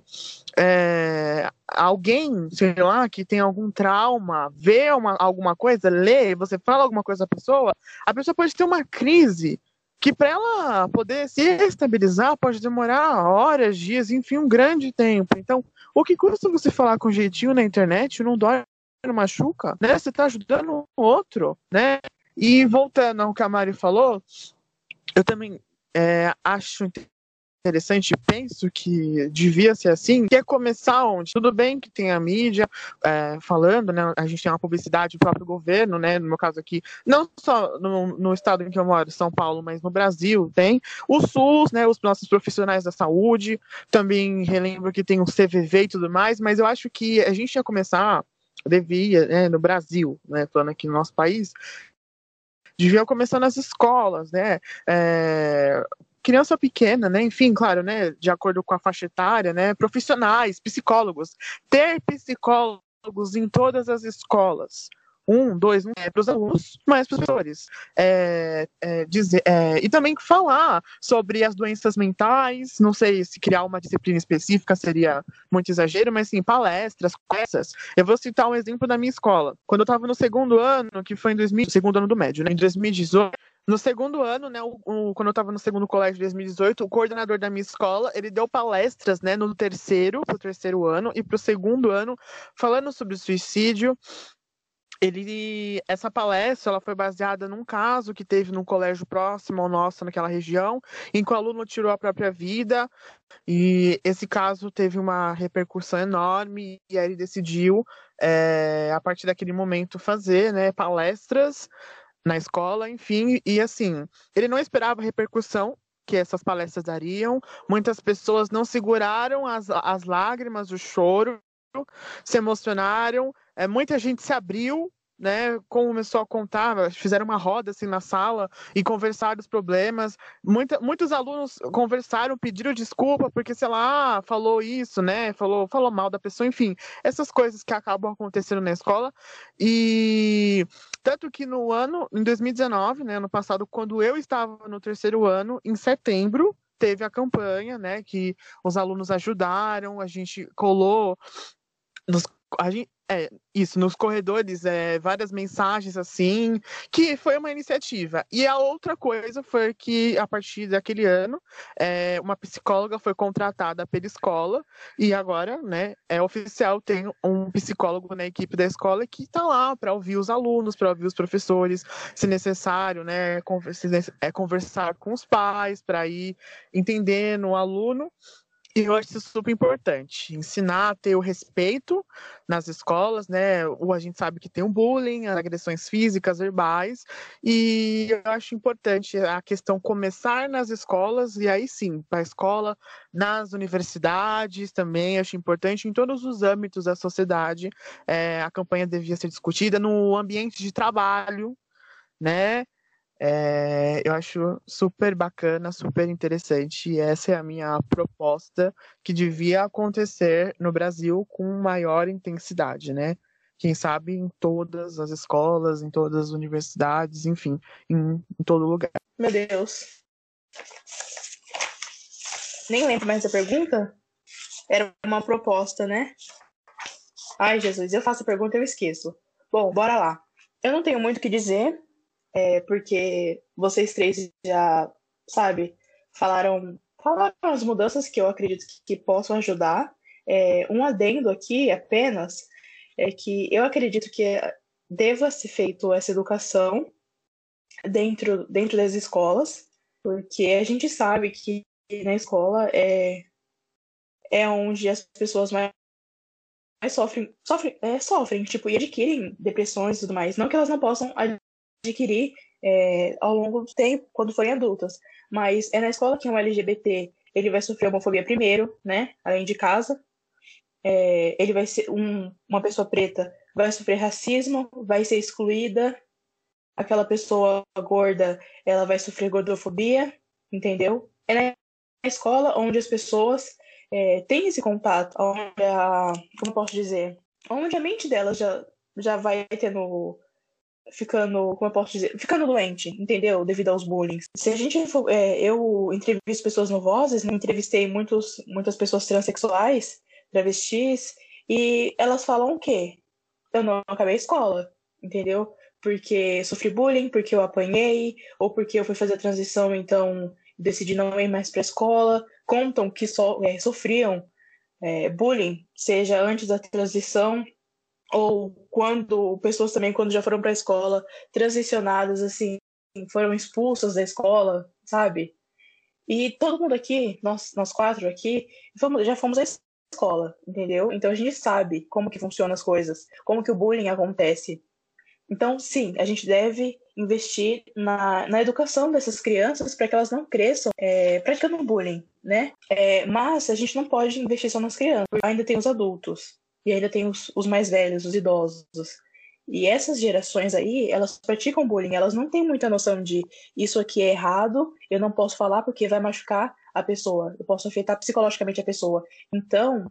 é, alguém, sei lá, que tem algum trauma, vê uma, alguma coisa, lê, você fala alguma coisa à pessoa, a pessoa pode ter uma crise que para ela poder se estabilizar pode demorar horas, dias, enfim, um grande tempo. Então, o que custa você falar com jeitinho na internet, não dói, não machuca, né? Você tá ajudando o outro, né? E voltando ao que a Mari falou, eu também é, acho interessante, penso que devia ser assim, que é começar onde? Tudo bem que tem a mídia é, falando, né? A gente tem uma publicidade do próprio governo, né? No meu caso aqui, não só no, no estado em que eu moro, São Paulo, mas no Brasil tem o SUS, né? Os nossos profissionais da saúde, também relembro que tem o C V V e tudo mais, mas eu acho que a gente ia começar, devia, né? No Brasil, né? Falando aqui no nosso país, devia começar nas escolas, né? É, criança pequena, né? Enfim, claro, né? De acordo com a faixa etária, né? Profissionais, psicólogos. Ter psicólogos em todas as escolas. Um, dois, não é para os alunos, mas para os professores. É, é, dizer, é, e também falar sobre as doenças mentais, não sei se criar uma disciplina específica seria muito exagero, mas sim, palestras, conversas. Eu vou citar um exemplo da minha escola. Quando eu estava no segundo ano, que foi em dois mil, segundo ano do médio, né, em dois mil e dezoito, no segundo ano, né, o, o, quando eu estava no segundo colégio de dois mil e dezoito, o coordenador da minha escola, ele deu palestras, né, no terceiro, pro terceiro ano e pro segundo ano, falando sobre o suicídio. Ele, essa palestra, ela foi baseada num caso que teve num colégio próximo ao nosso, naquela região, em que o aluno tirou a própria vida, e esse caso teve uma repercussão enorme, e aí ele decidiu, é, a partir daquele momento, fazer, né, palestras na escola, enfim, e assim, ele não esperava a repercussão que essas palestras dariam, muitas pessoas não seguraram as, as lágrimas, o choro, se emocionaram, é, muita gente se abriu, né, começou a contar, fizeram uma roda assim na sala e conversaram os problemas. Muita, muitos alunos conversaram, pediram desculpa porque, sei lá, falou isso, né, falou, falou mal da pessoa, enfim, essas coisas que acabam acontecendo na escola. E tanto que no ano, em dois mil e dezenove, né, ano passado, quando eu estava no terceiro ano, em setembro, teve a campanha, né, que os alunos ajudaram, a gente colou nos, a gente, é, isso, nos corredores, é, várias mensagens assim, que foi uma iniciativa. E a outra coisa foi que, a partir daquele ano, é, uma psicóloga foi contratada pela escola, e agora, né, é oficial, tem um psicólogo na equipe da escola que está lá para ouvir os alunos, para ouvir os professores, se necessário, né, conversa, é, conversar com os pais, para ir entendendo o aluno. E eu acho isso super importante, ensinar a ter o respeito nas escolas, né? Ou a gente sabe que tem o bullying, as agressões físicas, verbais, e eu acho importante a questão começar nas escolas, e aí sim, para a escola, nas universidades também, acho importante, em todos os âmbitos da sociedade, é, a campanha devia ser discutida no ambiente de trabalho, né? É, eu acho super bacana, super interessante, e essa é a minha proposta que devia acontecer no Brasil com maior intensidade, né? Quem sabe em todas as escolas, em todas as universidades, enfim, em, em todo lugar. Meu Deus. Nem lembro mais da pergunta. Era uma proposta, né? Ai, Jesus, eu faço a pergunta e eu esqueço. Bom, bora lá. Eu não tenho muito o que dizer, é, porque vocês três já, sabe, falaram, falaram as mudanças que eu acredito que, que possam ajudar. É, um adendo aqui apenas é que eu acredito que deva ser feita essa educação dentro, dentro das escolas, porque a gente sabe que na escola é, é onde as pessoas mais, mais sofrem, sofrem, é, sofrem, tipo, e adquirem depressões e tudo mais. Não que elas não possam adquirir é, ao longo do tempo, quando forem adultas, mas é na escola que um L G B T ele vai sofrer homofobia primeiro, né, além de casa. É, ele vai ser um, uma pessoa preta, vai sofrer racismo, vai ser excluída. Aquela pessoa gorda, ela vai sofrer gordofobia, entendeu? É na escola onde as pessoas é, têm esse contato, onde a, como posso dizer, onde a mente delas já, já vai tendo, ficando, como eu posso dizer, ficando doente, entendeu? Devido aos bullying. Se a gente for, é, eu entrevisto pessoas no Vozes, né? Entrevistei muitos, muitas pessoas transexuais, travestis, e elas falam o quê? Eu não acabei a escola, entendeu? Porque sofri bullying, porque eu apanhei, ou porque eu fui fazer a transição, então decidi não ir mais para a escola. Contam que so, é, sofriam é, bullying, seja antes da transição, ou quando pessoas também, quando já foram para a escola, transicionadas, assim, foram expulsas da escola, sabe? E todo mundo aqui, nós, nós quatro aqui, fomos, já fomos à escola, entendeu? Então a gente sabe como que funcionam as coisas, como que o bullying acontece. Então, sim, a gente deve investir na, na educação dessas crianças para que elas não cresçam é, praticando bullying, né? É, mas a gente não pode investir só nas crianças, porque ainda tem os adultos, e ainda tem os, os mais velhos, os idosos. E essas gerações aí, elas praticam bullying, elas não têm muita noção de isso aqui é errado, eu não posso falar porque vai machucar a pessoa, eu posso afetar psicologicamente a pessoa. Então,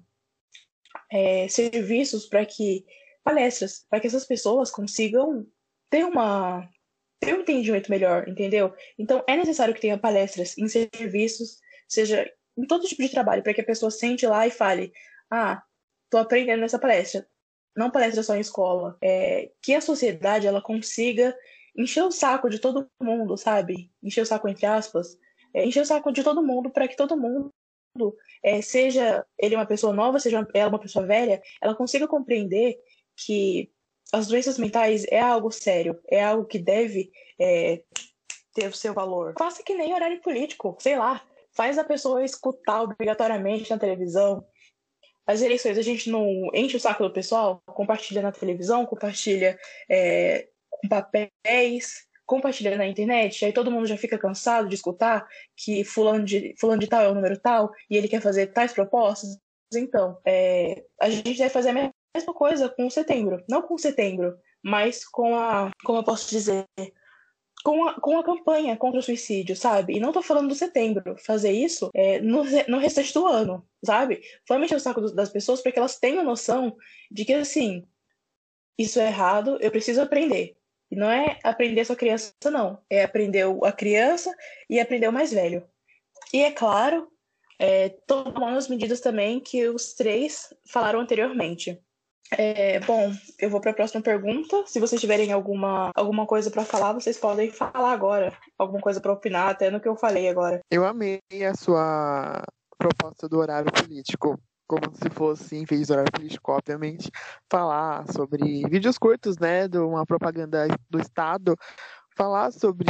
é, serviços para que palestras, para que essas pessoas consigam ter uma ter um entendimento melhor, entendeu? Então é necessário que tenha palestras em serviços, seja em todo tipo de trabalho, para que a pessoa sente lá e fale, ah, tô aprendendo nessa palestra. Não palestra só em escola. É, que a sociedade ela consiga encher o saco de todo mundo, sabe? Encher o saco entre aspas. É, encher o saco de todo mundo para que todo mundo É, seja ele uma pessoa nova, seja ela uma pessoa velha, ela consiga compreender que as doenças mentais é algo sério, é algo que deve é, ter o seu valor. Faça que nem horário político, sei lá, faz a pessoa escutar obrigatoriamente na televisão. As eleições, a gente não enche o saco do pessoal, compartilha na televisão, compartilha é, com papéis, compartilha na internet, aí todo mundo já fica cansado de escutar que fulano de, fulano de tal é o número tal e ele quer fazer tais propostas. Então, é, a gente deve fazer a mesma coisa com o setembro. Não com o setembro, mas com a, como eu posso dizer, com a, com a campanha contra o suicídio, sabe? E não tô falando do setembro. Fazer isso é, no, no restante do ano, sabe? Foi mexer o saco das pessoas para que elas tenham noção de que, assim, isso é errado, eu preciso aprender. E não é aprender só criança, não. É aprender a criança e aprender o mais velho. E, é claro, é, tomando as medidas também que os três falaram anteriormente. É, bom, eu vou para a próxima pergunta. Se vocês tiverem alguma, alguma coisa para falar, vocês podem falar agora. Alguma coisa para opinar, até no que eu falei agora. Eu amei a sua proposta do horário político. Como se fosse, em vez do horário político, obviamente, falar sobre vídeos curtos, né, de uma propaganda do Estado, falar sobre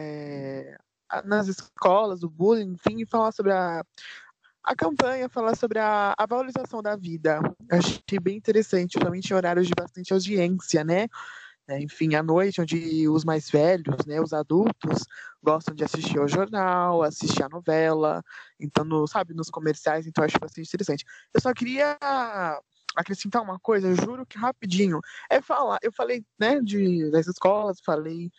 é, nas escolas, o bullying, enfim, falar sobre a, a campanha, falar sobre a, a valorização da vida. Eu achei bem interessante, principalmente em horários de bastante audiência, né? É, enfim, à noite, onde os mais velhos, né, os adultos, gostam de assistir ao jornal, assistir a novela, então, no, sabe, nos comerciais, então eu acho bastante interessante. Eu só queria acrescentar uma coisa, eu juro que rapidinho, é falar, eu falei, né, de, das escolas, falei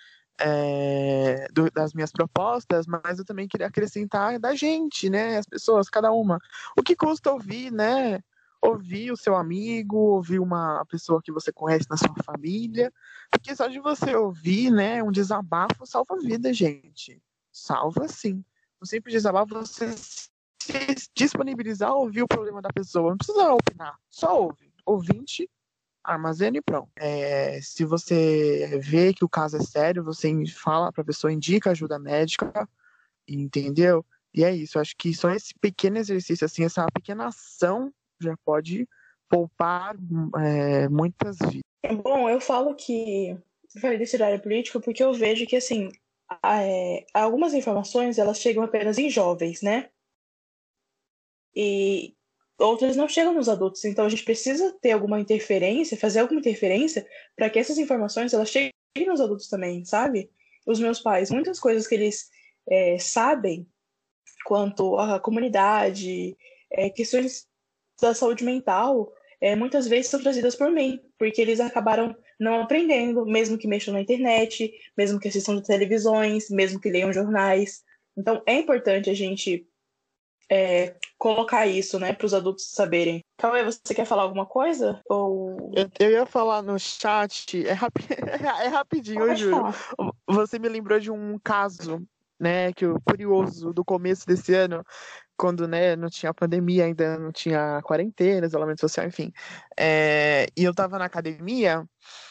é, do, das minhas propostas, mas eu também queria acrescentar da gente, né, as pessoas, cada uma. O que custa ouvir, né, ouvir o seu amigo, ouvir uma pessoa que você conhece na sua família, porque só de você ouvir, né, um desabafo salva a vida, gente. Salva sim. No simples desabafo, você se disponibilizar a ouvir o problema da pessoa. Não precisa opinar, só ouve. Ouvinte, armazena e pronto. É, se você vê que o caso é sério, você fala pra pessoa, indica ajuda médica, entendeu? E é isso, acho que só esse pequeno exercício, assim, essa pequena ação já pode poupar é, muitas vidas. Bom, eu falo que eu falei desse horário político porque eu vejo que, assim, é, algumas informações, elas chegam apenas em jovens, né? E outras não chegam nos adultos. Então a gente precisa ter alguma interferência, fazer alguma interferência para que essas informações, elas cheguem nos adultos também, sabe? Os meus pais, muitas coisas que eles é, sabem quanto à comunidade, é, questões da saúde mental, é, muitas vezes são trazidas por mim, porque eles acabaram não aprendendo, mesmo que mexam na internet, mesmo que assistam de televisões, mesmo que leiam jornais. Então é importante a gente é, colocar isso, né, para os adultos saberem. Cauê, você quer falar alguma coisa? Ou... Eu, eu ia falar no chat, é, rapi é rapidinho, Pode eu juro. Falar. Você me lembrou de um caso, né, que o curioso do começo desse ano, quando, né, não tinha pandemia, ainda não tinha quarentena, isolamento social, enfim. É, e eu tava na academia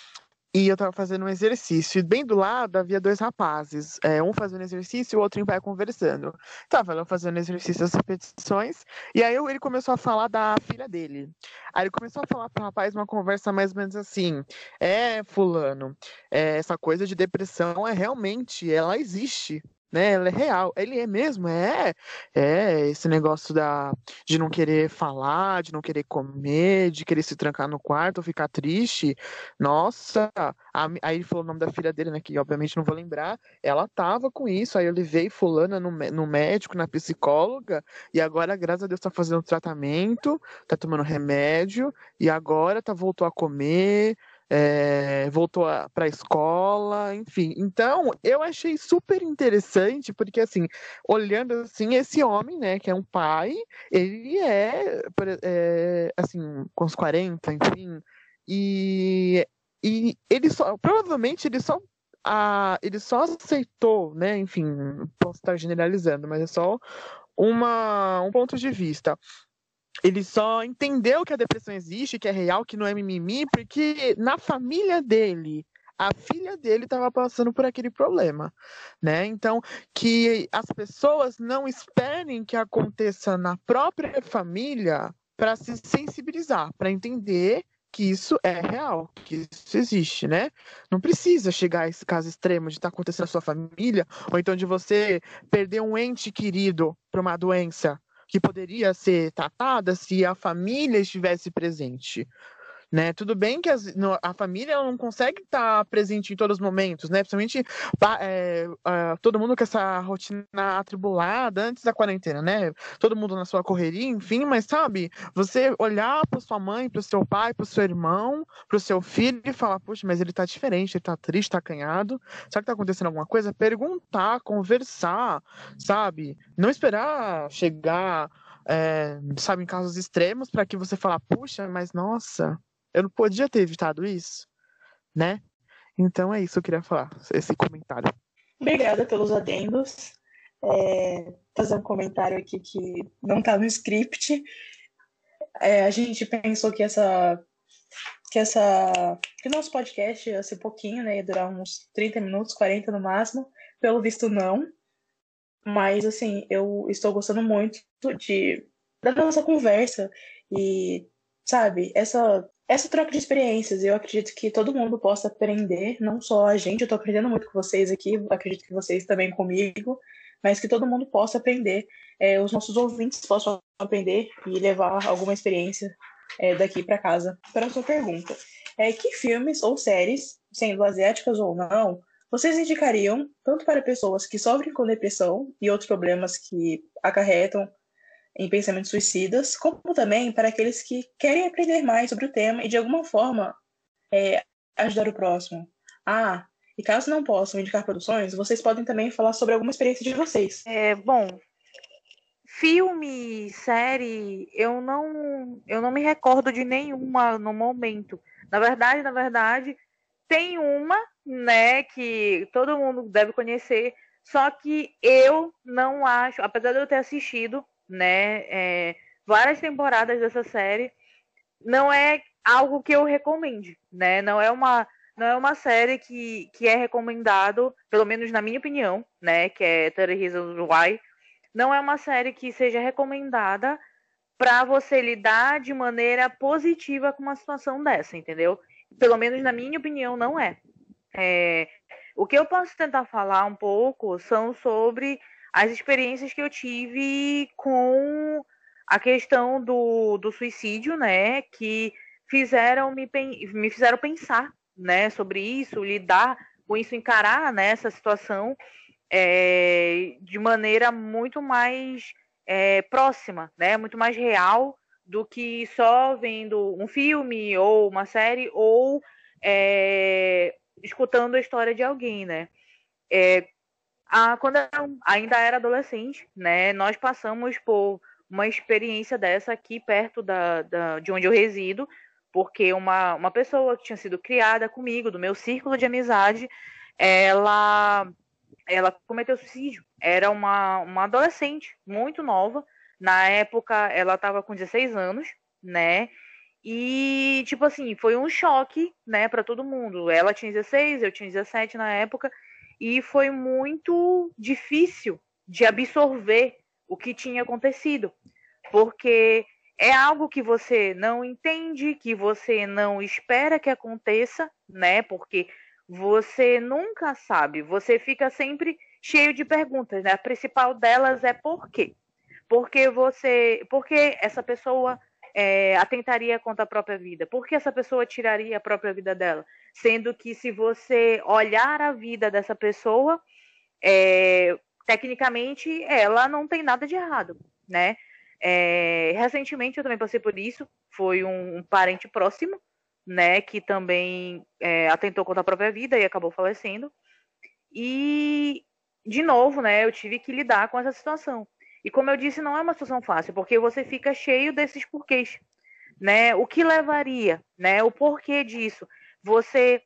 e eu tava fazendo um exercício. E bem do lado havia dois rapazes, é, um fazendo exercício e o outro em pé conversando. Tava eu fazendo exercício das repetições, e aí ele começou a falar da filha dele. Aí ele começou a falar pro rapaz uma conversa mais ou menos assim: é, fulano, é, essa coisa de depressão é realmente, ela existe. Né, ela é real, ele é mesmo, é, é esse negócio da, de não querer falar, de não querer comer, de querer se trancar no quarto, ficar triste, nossa, a, aí ele falou o nome da filha dele, né, que obviamente não vou lembrar, ela tava com isso, aí eu levei fulana no, no médico, na psicóloga, e agora, graças a Deus, tá fazendo tratamento, tá tomando remédio, e agora tá, voltou a comer, É, voltou para a escola, enfim. Então, eu achei super interessante, porque, assim, olhando assim, esse homem, né, que é um pai, ele é, é assim, com uns quarenta, enfim, e, e ele só, provavelmente, ele só a, ele só aceitou, né, enfim, posso estar generalizando, mas é só uma, um ponto de vista. Ele só entendeu que a depressão existe, que é real, que não é mimimi, porque na família dele, a filha dele estava passando por aquele problema, né? Então, que as pessoas não esperem que aconteça na própria família para se sensibilizar, para entender que isso é real, que isso existe, né? Não precisa chegar a esse caso extremo de estar tá acontecendo na sua família, ou então de você perder um ente querido para uma doença que poderia ser tratada se a família estivesse presente. Né? Tudo bem que as, no, a família ela não consegue estar presente em todos os momentos, né? Principalmente é, é, todo mundo com essa rotina atribulada antes da quarentena, né? Todo mundo na sua correria, enfim, mas sabe, você olhar para sua mãe, para o seu pai, para o seu irmão, para o seu filho e falar, puxa, mas ele tá diferente, ele tá triste, tá acanhado, será que tá acontecendo alguma coisa? Perguntar, conversar, sabe? Não esperar chegar, é, sabe, em casos extremos para que você falar, puxa, mas nossa, eu não podia ter evitado isso, né? Então é isso que eu queria falar, esse comentário. Obrigada pelos adendos. É, fazer um comentário aqui que não tá no script. É, a gente pensou que essa que essa que o nosso podcast ia ser pouquinho, né? Ia durar uns trinta minutos, quarenta no máximo. Pelo visto, não. Mas, assim, eu estou gostando muito de, da nossa conversa e, sabe, essa, essa troca de experiências. Eu acredito que todo mundo possa aprender, não só a gente, eu estou aprendendo muito com vocês aqui, acredito que vocês também comigo, mas que todo mundo possa aprender, é, os nossos ouvintes possam aprender e levar alguma experiência é, daqui para casa. Para a sua pergunta, é, que filmes ou séries, sendo asiáticas ou não, vocês indicariam tanto para pessoas que sofrem com depressão e outros problemas que acarretam em pensamentos suicidas, como também para aqueles que querem aprender mais sobre o tema e, de alguma forma, é, ajudar o próximo? Ah, e caso não possam indicar produções, vocês podem também falar sobre alguma experiência de vocês. É, bom, filme, série, eu não, eu não me recordo de nenhuma no momento. Na verdade, na verdade, tem uma, né, que todo mundo deve conhecer, Só que eu não acho, apesar de eu ter assistido, né, é, várias temporadas dessa série, não é algo que eu recomende, né? Não é uma, não é uma série que, que é recomendado, pelo menos na minha opinião, né? Que é thirty Reasons Why. Não é uma série que seja recomendada para você lidar de maneira positiva com uma situação dessa, entendeu? Pelo menos na minha opinião, não é. É, o que eu posso tentar falar um pouco são sobre as experiências que eu tive com a questão do, do suicídio, né, que fizeram me, me fizeram pensar, né, sobre isso, lidar com isso, encarar, né, essa situação é, de maneira muito mais é, próxima, né, muito mais real do que só vendo um filme ou uma série ou é, escutando a história de alguém, né. É, a, quando eu ainda era adolescente, né, nós passamos por uma experiência dessa aqui perto da, da, de onde eu resido, porque uma, uma pessoa que tinha sido criada comigo, do meu círculo de amizade, ela, ela cometeu suicídio. Era uma, uma adolescente muito nova. Na época, ela estava com dezesseis anos, né? E, tipo assim, foi um choque, né, para todo mundo. Ela tinha dezesseis, eu tinha dezessete na época, e foi muito difícil de absorver o que tinha acontecido, porque é algo que você não entende, que você não espera que aconteça, né? Porque você nunca sabe, você fica sempre cheio de perguntas, né? A principal delas é por quê? Porque você, porque essa pessoa é, atentaria contra a própria vida? Por que essa pessoa tiraria a própria vida dela? Sendo que se você olhar a vida dessa pessoa, é, tecnicamente ela não tem nada de errado, né? É, recentemente eu também passei por isso, foi um, um parente próximo, né, que também é, atentou contra a própria vida e acabou falecendo. E, de novo, né, eu tive que lidar com essa situação. E como eu disse, não é uma situação fácil, porque você fica cheio desses porquês, né? O que levaria, né? O porquê disso? Você,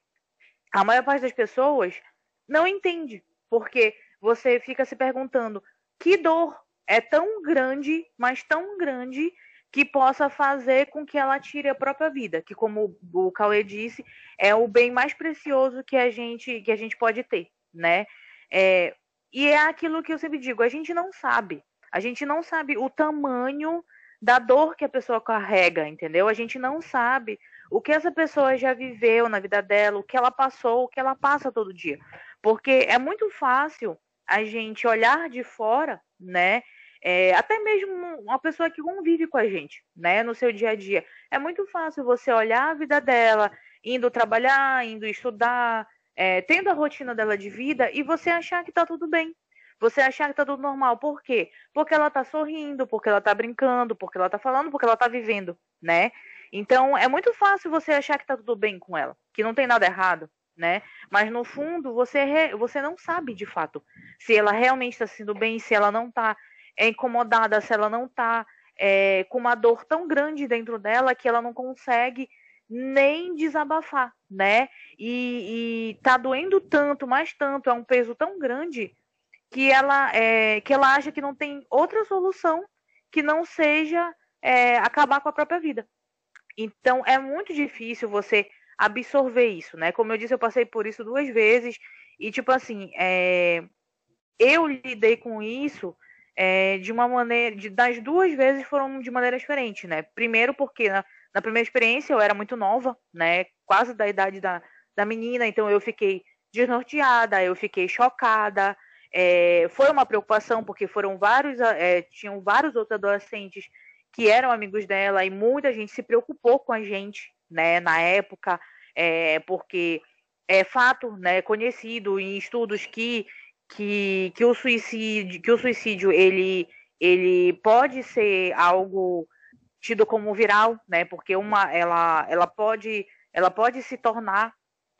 a maior parte das pessoas não entende, porque você fica se perguntando que dor é tão grande, mas tão grande, que possa fazer com que ela tire a própria vida, que, como o Cauê disse, é o bem mais precioso que a gente, que a gente pode ter, né? É, e é aquilo que eu sempre digo, a gente não sabe. A gente não sabe o tamanho da dor que a pessoa carrega, entendeu? A gente não sabe o que essa pessoa já viveu na vida dela, o que ela passou, o que ela passa todo dia. Porque é muito fácil a gente olhar de fora, né? É, até mesmo uma pessoa que convive com a gente, né? No seu dia a dia. É muito fácil você olhar a vida dela, indo trabalhar, indo estudar, é, tendo a rotina dela de vida e você achar que tá tudo bem. Você achar que tá tudo normal. Por quê? Porque ela tá sorrindo, porque ela tá brincando, porque ela tá falando, porque ela tá vivendo, né? Então, é muito fácil você achar que tá tudo bem com ela, que não tem nada errado, né? Mas, no fundo, você, re... você não sabe, de fato, se ela realmente está sendo bem, se ela não tá é, incomodada, se ela não tá é, com uma dor tão grande dentro dela que ela não consegue nem desabafar, né? E, e tá doendo tanto, mais tanto, é um peso tão grande que ela, é, que ela acha que não tem outra solução que não seja é, acabar com a própria vida. Então, é muito difícil você absorver isso, né? Como eu disse, eu passei por isso duas vezes e, tipo assim, é, eu lidei com isso é, de uma maneira... De, das duas vezes foram de maneira diferente, né? Primeiro porque na, na primeira experiência eu era muito nova, né? Quase da idade da, da menina, então eu fiquei desnorteada, eu fiquei chocada. É, foi uma preocupação porque foram vários, é, tinham vários outros adolescentes que eram amigos dela e muita gente se preocupou com a gente, né, na época, é, porque é fato, né, conhecido em estudos que, que, que o suicídio, que o suicídio ele, ele pode ser algo tido como viral, né, porque uma, ela, ela, pode, ela pode se tornar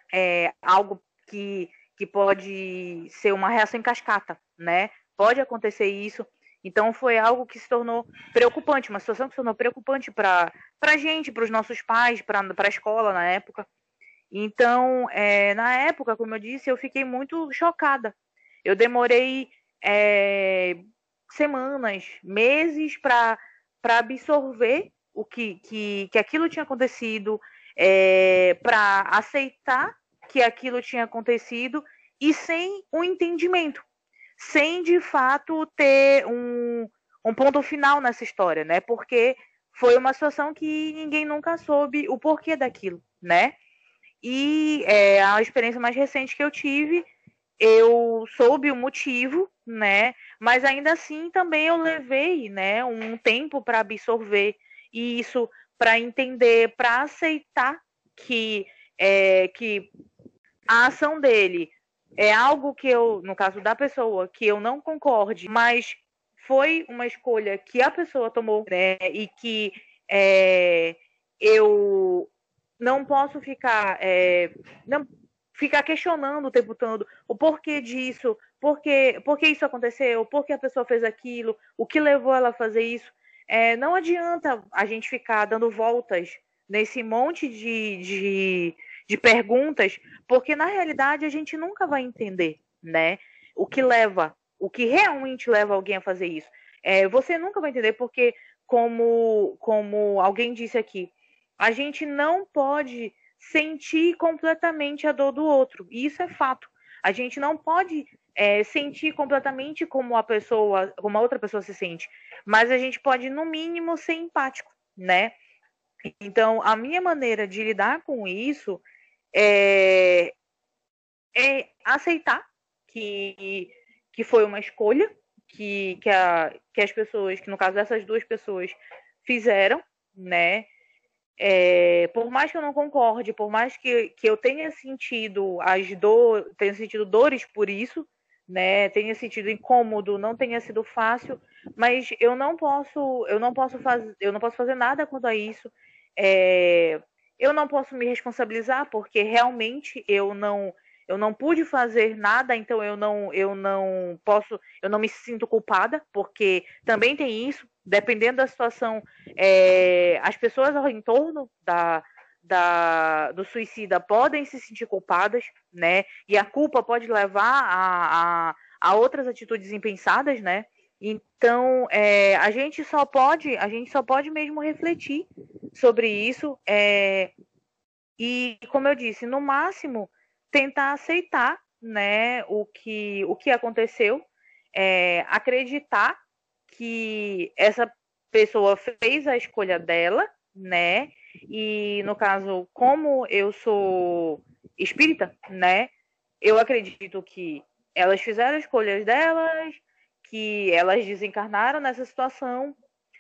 é, algo que que pode ser uma reação em cascata, né? Pode acontecer isso. Então foi algo que se tornou preocupante, uma situação que se tornou preocupante para a gente, para os nossos pais, para a escola na época. Então, é, na época, como eu disse, eu fiquei muito chocada. Eu demorei é, semanas, meses para absorver o que, que, que aquilo tinha acontecido, é, para aceitar que aquilo tinha acontecido e sem um entendimento, sem de fato ter um, um ponto final nessa história, né? Porque foi uma situação que ninguém nunca soube o porquê daquilo, né? E é, a experiência mais recente que eu tive, eu soube o motivo, né? Mas ainda assim também eu levei, né, um tempo para absorver isso, para entender, para aceitar que, é, que a ação dele é algo que eu, no caso da pessoa, que eu não concorde, mas foi uma escolha que a pessoa tomou, né, e que é, eu não posso ficar, é, não, ficar questionando o tempo todo o porquê disso, porquê, porquê isso aconteceu, porquê a pessoa fez aquilo, o que levou ela a fazer isso. É, não adianta a gente ficar dando voltas nesse monte de, de, de perguntas, porque na realidade a gente nunca vai entender, né, o que leva, o que realmente leva alguém a fazer isso. É, você nunca vai entender porque, como, como alguém disse aqui, a gente não pode sentir completamente a dor do outro. E isso é fato. A gente não pode é, sentir completamente como a pessoa, como a outra pessoa se sente. Mas a gente pode, no mínimo, ser empático, né? Então, a minha maneira de lidar com isso é, é aceitar que, que foi uma escolha que, que, a, que as pessoas, que no caso dessas duas pessoas, fizeram, né? É, por mais que eu não concorde, por mais que, que eu tenha sentido as dor, tenha sentido dores por isso, né, tenha sentido incômodo, não tenha sido fácil, mas eu não posso, eu não posso fazer, eu não posso fazer nada quanto a isso. É, eu não posso me responsabilizar porque realmente eu não, eu não pude fazer nada, então eu não, eu não posso, eu não me sinto culpada, porque também tem isso. Dependendo da situação, é, as pessoas ao entorno da, da, do suicida podem se sentir culpadas, né? E a culpa pode levar a, a, a outras atitudes impensadas, né? Então, é, a gente só pode, a gente só pode mesmo refletir sobre isso. É, e, como eu disse, no máximo, tentar aceitar, né, o que, o que aconteceu, é, acreditar que essa pessoa fez a escolha dela, né? E no caso, como eu sou espírita, né? Eu acredito que elas fizeram as escolhas delas, que elas desencarnaram nessa situação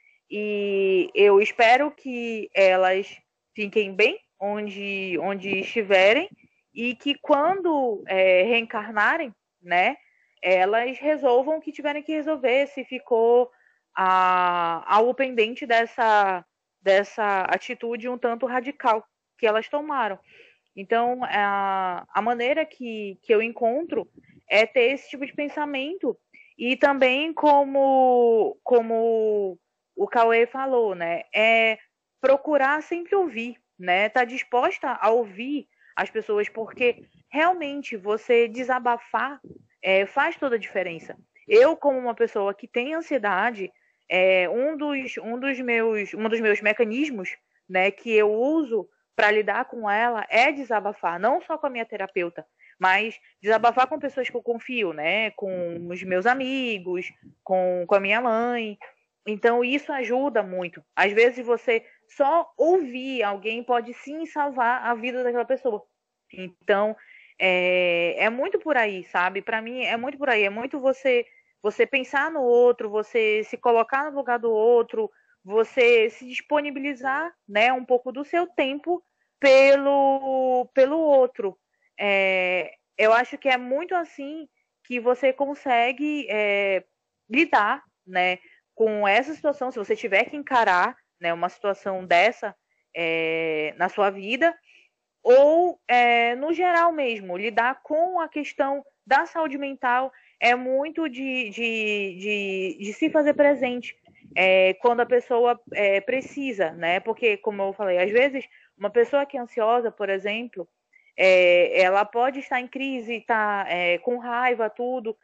e eu espero que elas fiquem bem onde, onde estiverem e que quando é, reencarnarem, né? Elas resolvam o que tiverem que resolver, se ficou a, algo pendente dessa, dessa atitude um tanto radical que elas tomaram. Então, a, a maneira que, que eu encontro é ter esse tipo de pensamento e também, como, como o Cauê falou, né, é procurar sempre ouvir, né, tá disposta a ouvir as pessoas, porque realmente você desabafar É, faz toda a diferença. Eu, como uma pessoa que tem ansiedade, é, um, dos, um, dos meus, um dos meus mecanismos, né, que eu uso para lidar com ela é desabafar, não só com a minha terapeuta, mas desabafar com pessoas que eu confio, né, com os meus amigos, com, com a minha mãe. Então, isso ajuda muito. Às vezes, você só ouvir alguém pode sim salvar a vida daquela pessoa. Então, É, é muito por aí, sabe? Para mim é muito por aí. É muito você, você pensar no outro, você se colocar no lugar do outro, você se disponibilizar, né, um pouco do seu tempo pelo, pelo outro. É, eu acho que é muito assim que você consegue é, lidar, né, com essa situação. Se você tiver que encarar, né, uma situação dessa é, na sua vida, ou é, no geral mesmo, lidar com a questão da saúde mental é muito de, de, de, de se fazer presente é, quando a pessoa é, precisa, né? Porque, como eu falei, às vezes uma pessoa que é ansiosa, por exemplo, é, ela pode estar em crise, estar é, com raiva, tudo,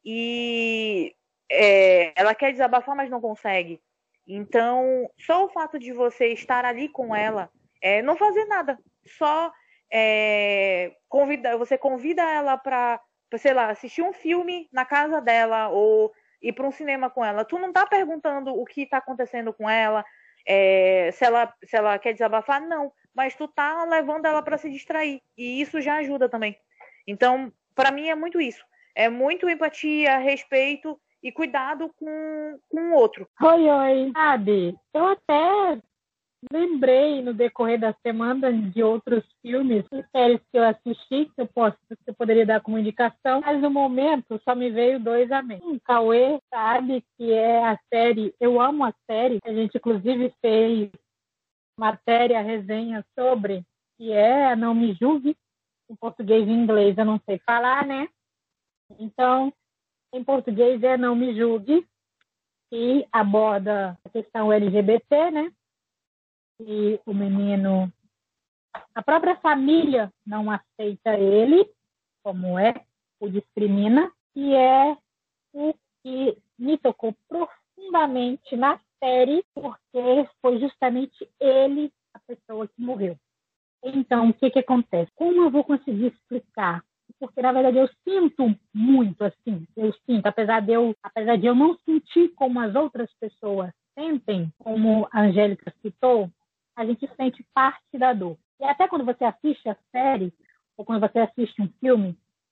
e é, ela quer desabafar, mas não consegue. Então, só o fato de você estar ali com ela, é, não fazer nada, só é, convida, você convida ela para, sei lá, assistir um filme na casa dela ou ir para um cinema com ela. Tu não tá perguntando o que tá acontecendo com ela, é, se ela, se ela quer desabafar, não. Mas tu tá levando ela para se distrair. E isso já ajuda também. Então, para mim é muito isso. É muito empatia, respeito e cuidado com, com o outro. Oi, oi. Sabe, eu até lembrei no decorrer da semana de outros filmes e séries que eu assisti, que eu, posso, que eu poderia dar como indicação, mas no momento só me veio dois a mente. Um, Cauê sabe que é a série, eu amo a série, a gente inclusive fez matéria, resenha sobre, que é Não Me Julgue, em português e em inglês eu não sei falar, né? Então, em português é Não Me Julgue, e aborda a questão L G B T, né? E o menino, a própria família não aceita ele como é, o discrimina, e é o que me tocou profundamente na série, porque foi justamente ele a pessoa que morreu. Então, o que que acontece? Como eu vou conseguir explicar? Porque, na verdade, eu sinto muito, assim, eu sinto, apesar de eu, apesar de eu não sentir como as outras pessoas sentem, como a Angélica citou, a gente sente parte da dor. E até quando você assiste a série, ou quando você assiste um filme,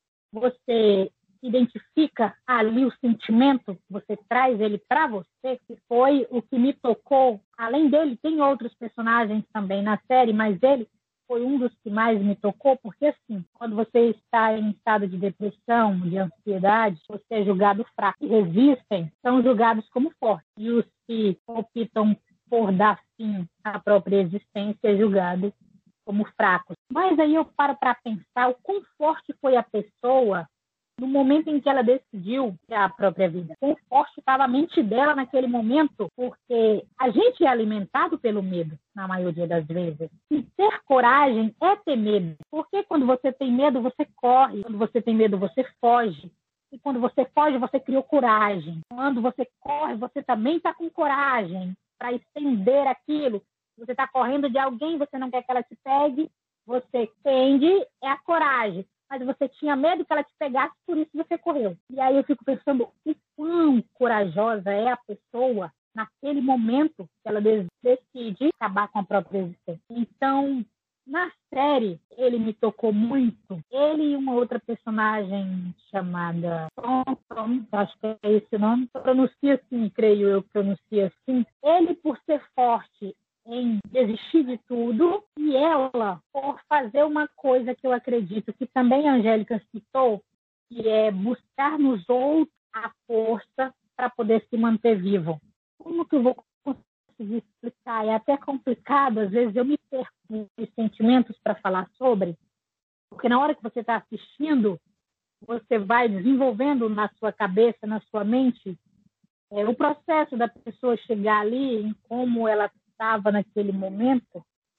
você identifica ali o sentimento, você traz ele para você, que foi o que me tocou. Além dele, tem outros personagens também na série, mas ele foi um dos que mais me tocou, porque assim, quando você está em estado de depressão, de ansiedade, você é julgado fraco. E resistem, são julgados como fortes. E os que optam por dar fim à própria existência é julgado como fracos. Mas aí eu paro para pensar o quão forte foi a pessoa no momento em que ela decidiu a própria vida. Quão forte estava a mente dela naquele momento, porque a gente é alimentado pelo medo, na maioria das vezes. E ter coragem é ter medo. Porque quando você tem medo, você corre. Quando você tem medo, você foge. E quando você foge, você criou coragem. Quando você corre, você também está com coragem para estender aquilo. Você está correndo de alguém, você não quer que ela te pegue, você tende, é a coragem. Mas você tinha medo que ela te pegasse, por isso você correu. E aí eu fico pensando o quão corajosa é a pessoa naquele momento que ela decide acabar com a própria existência. Então, na série, ele me tocou muito. Ele e uma outra personagem chamada Tom, Tom, acho que é esse o nome, pronuncia assim, creio eu, pronuncia assim. Ele, por ser forte em desistir de tudo, e ela por fazer uma coisa que eu acredito que também a Angélica citou, que é buscar nos outros a força para poder se manter vivo. Como que eu vou conseguir explicar? É até complicado, às vezes eu me perco de sentimentos para falar sobre, porque na hora que você está assistindo, você vai desenvolvendo na sua cabeça, na sua mente, é, o processo da pessoa chegar ali, em como ela estava naquele momento.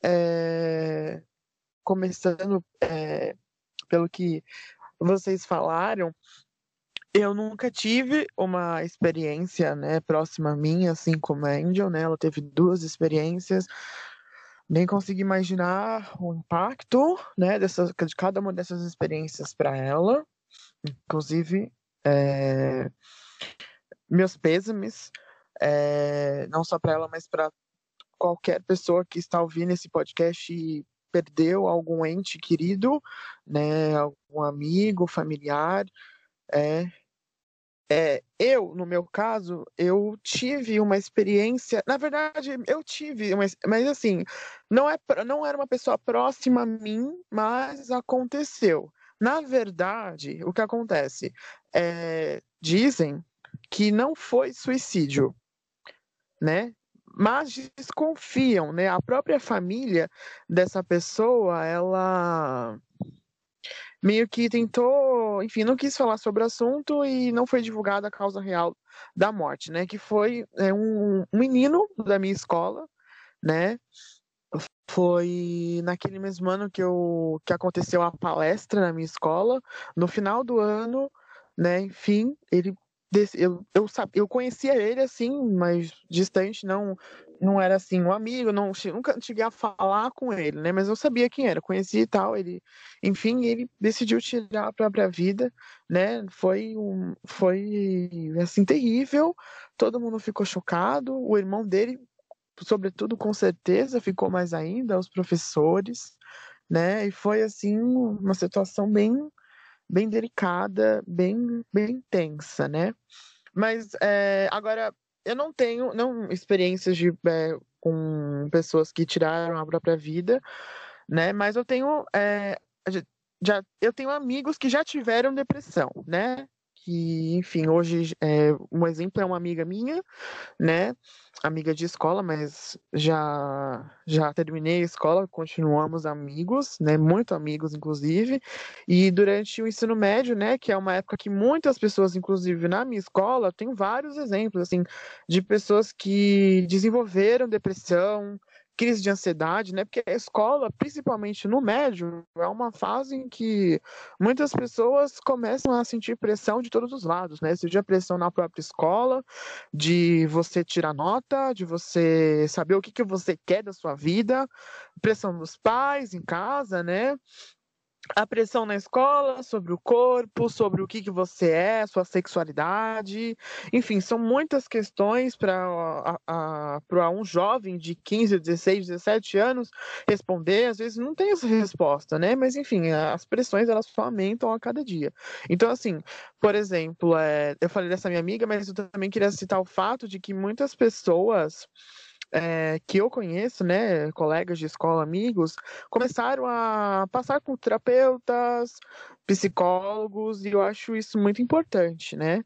É, começando é, pelo que vocês falaram, eu nunca tive uma experiência, né, próxima a mim, assim como a Angel, né, ela teve duas experiências, nem consigo imaginar o impacto, né, dessas, de cada uma dessas experiências para ela, inclusive, é, meus pêsames, é, não só para ela, mas para qualquer pessoa que está ouvindo esse podcast e perdeu algum ente querido, né, algum amigo, familiar, é, é, eu, no meu caso, eu tive uma experiência, na verdade, eu tive, uma, mas assim, não, é, não era uma pessoa próxima a mim, mas aconteceu. Na verdade, o que acontece? É, dizem que não foi suicídio, né? Mas desconfiam, né? A própria família dessa pessoa, ela meio que tentou, enfim, não quis falar sobre o assunto e não foi divulgada a causa real da morte, né? Que foi é, um, um menino da minha escola, né? Foi naquele mesmo ano que, eu, que aconteceu a palestra na minha escola. No final do ano, né? Enfim, ele eu, eu, eu conhecia ele assim, mas distante, não não era assim um amigo, não, nunca cheguei a falar com ele, né? Mas eu sabia quem era, conhecia e tal. Ele, enfim, ele decidiu tirar a própria vida, né? Foi um, foi assim terrível. Todo mundo ficou chocado. O irmão dele, sobretudo, com certeza, ficou mais ainda, os professores, né? E foi assim uma situação bem bem delicada, bem, bem tensa, né? Mas é, agora eu não tenho não experiências de, é, com pessoas que tiraram a própria vida, né? Mas eu tenho é, já eu tenho amigos que já tiveram depressão, né? Que, enfim, hoje é, um exemplo é uma amiga minha, né? Amiga de escola, mas já já terminei a escola, continuamos amigos, né? Muito amigos, inclusive. E durante o ensino médio, né? Que é uma época que muitas pessoas, inclusive na minha escola, tem vários exemplos, assim, de pessoas que desenvolveram depressão, crise de ansiedade, né? Porque a escola, principalmente no médio, é uma fase em que muitas pessoas começam a sentir pressão de todos os lados, né? Seja pressão na própria escola, de você tirar nota, de você saber o que, que você quer da sua vida, pressão dos pais em casa, né? A pressão na escola sobre o corpo, sobre o que, que você é, sua sexualidade, enfim, são muitas questões para um jovem de quinze, dezesseis, dezessete anos responder, às vezes não tem essa resposta, né? Mas enfim, as pressões elas só aumentam a cada dia. Então, assim, por exemplo, é, eu falei dessa minha amiga, mas eu também queria citar o fato de que muitas pessoas É, que eu conheço, né, colegas de escola, amigos, começaram a passar por terapeutas, psicólogos, e eu acho isso muito importante, né?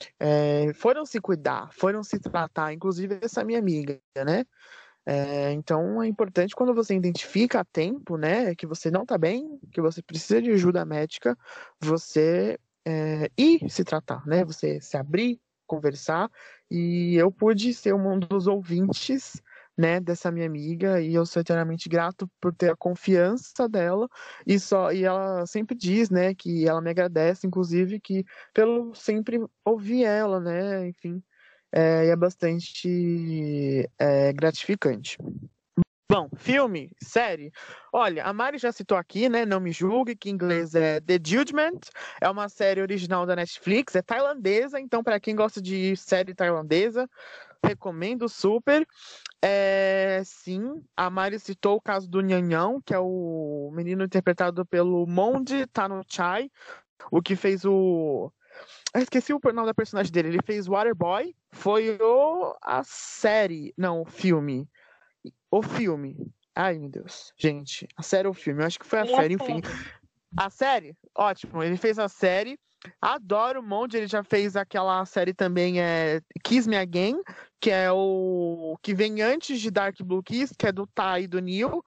É, foram se cuidar, foram se tratar, inclusive essa minha amiga, né? É, então é importante quando você identifica a tempo, né, que você não tá bem, que você precisa de ajuda médica, você é, ir se tratar, né? Você se abrir, conversar, e eu pude ser um dos ouvintes, né, dessa minha amiga, e eu sou eternamente grato por ter a confiança dela, e só e ela sempre diz, né, que ela me agradece, inclusive, que pelo sempre ouvir ela, né, enfim, é, é bastante é, gratificante. Bom, filme, série. Olha, a Mari já citou aqui, né? Não Me Julgue, que em inglês é The Judgment. É uma série original da Netflix, é tailandesa, então para quem gosta de série tailandesa, recomendo super. É, sim, a Mari citou o caso do Nhanhão, que é o menino interpretado pelo Mondi Tanuchai, o que fez o... Eu esqueci o nome da personagem dele. Ele fez Waterboy, foi o... a série, não, o filme. O filme. Ai, meu Deus. Gente, a série ou o filme? Eu acho que foi a E a série, enfim. série? A série? Ótimo. Ele fez a série. Adoro o Monte. Ele já fez aquela série também, é Kiss Me Again, que é o que vem antes de Dark Blue Kiss, que é do Tai e do Neil.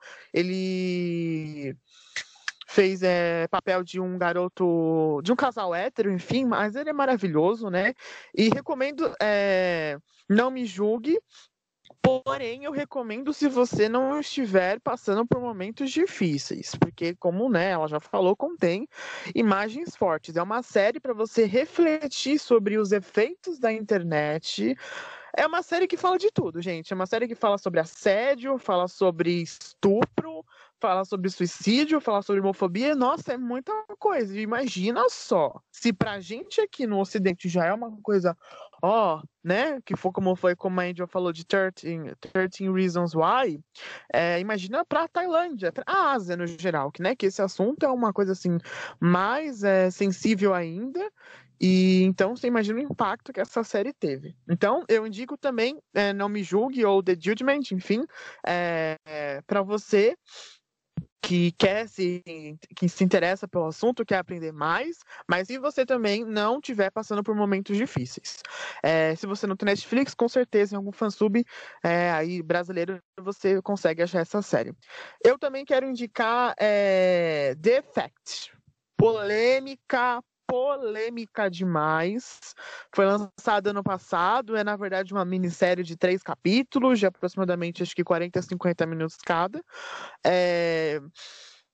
Ele fez é, papel de um garoto, de um casal hétero, enfim, mas ele é maravilhoso, né? E recomendo é, Não Me Julgue. Porém, eu recomendo se você não estiver passando por momentos difíceis, porque como, né, ela já falou, contém imagens fortes. É uma série para você refletir sobre os efeitos da internet. É uma série que fala de tudo, gente. É uma série que fala sobre assédio, fala sobre estupro, fala sobre suicídio, fala sobre homofobia. Nossa, é muita coisa. Imagina só, se pra gente aqui no Ocidente já é uma coisa, ó, né, que foi como foi, como a Angel falou de treze, treze Reasons Why, é, imagina pra Tailândia, pra Ásia no geral, que, né, que esse assunto é uma coisa, assim, mais é, sensível ainda. E então você imagina o impacto que essa série teve. Então, eu indico também é, Não Me Julgue ou The Judgment, enfim, é, é, para você que quer se, que se interessa pelo assunto, quer aprender mais, mas se você também não estiver passando por momentos difíceis. É, se você não tem Netflix, com certeza em algum fansub é, aí brasileiro você consegue achar essa série. Eu também quero indicar é, The Effect. Polêmica, polêmica demais. Foi lançado ano passado, é na verdade uma minissérie de três capítulos, de aproximadamente acho que quarenta, cinquenta minutos cada. É...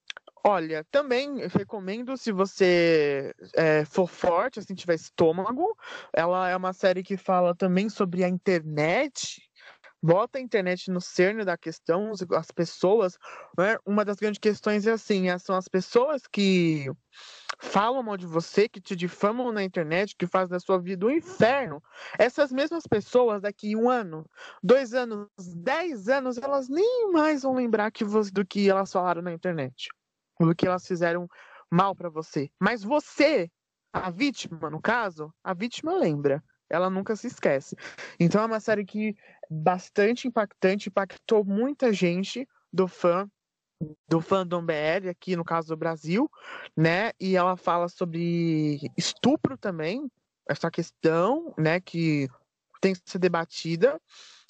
Olha, também eu recomendo se você é, for forte, assim, tiver estômago. Ela é uma série que fala também sobre a internet. Bota a internet no cerne da questão, os- as pessoas, né? Uma das grandes questões é assim, é- são as pessoas que falam mal de você, que te difamam na internet, que fazem da sua vida um inferno. Essas mesmas pessoas, daqui um ano, dois anos, dez anos, elas nem mais vão lembrar que você, do que elas falaram na internet, do que elas fizeram mal pra você. Mas você, a vítima, no caso, a vítima lembra. Ela nunca se esquece. Então é uma série que bastante impactante, impactou muita gente do fã do fandom B R, aqui no caso do Brasil, né? E ela fala sobre estupro também, essa questão, né, que tem que ser debatida.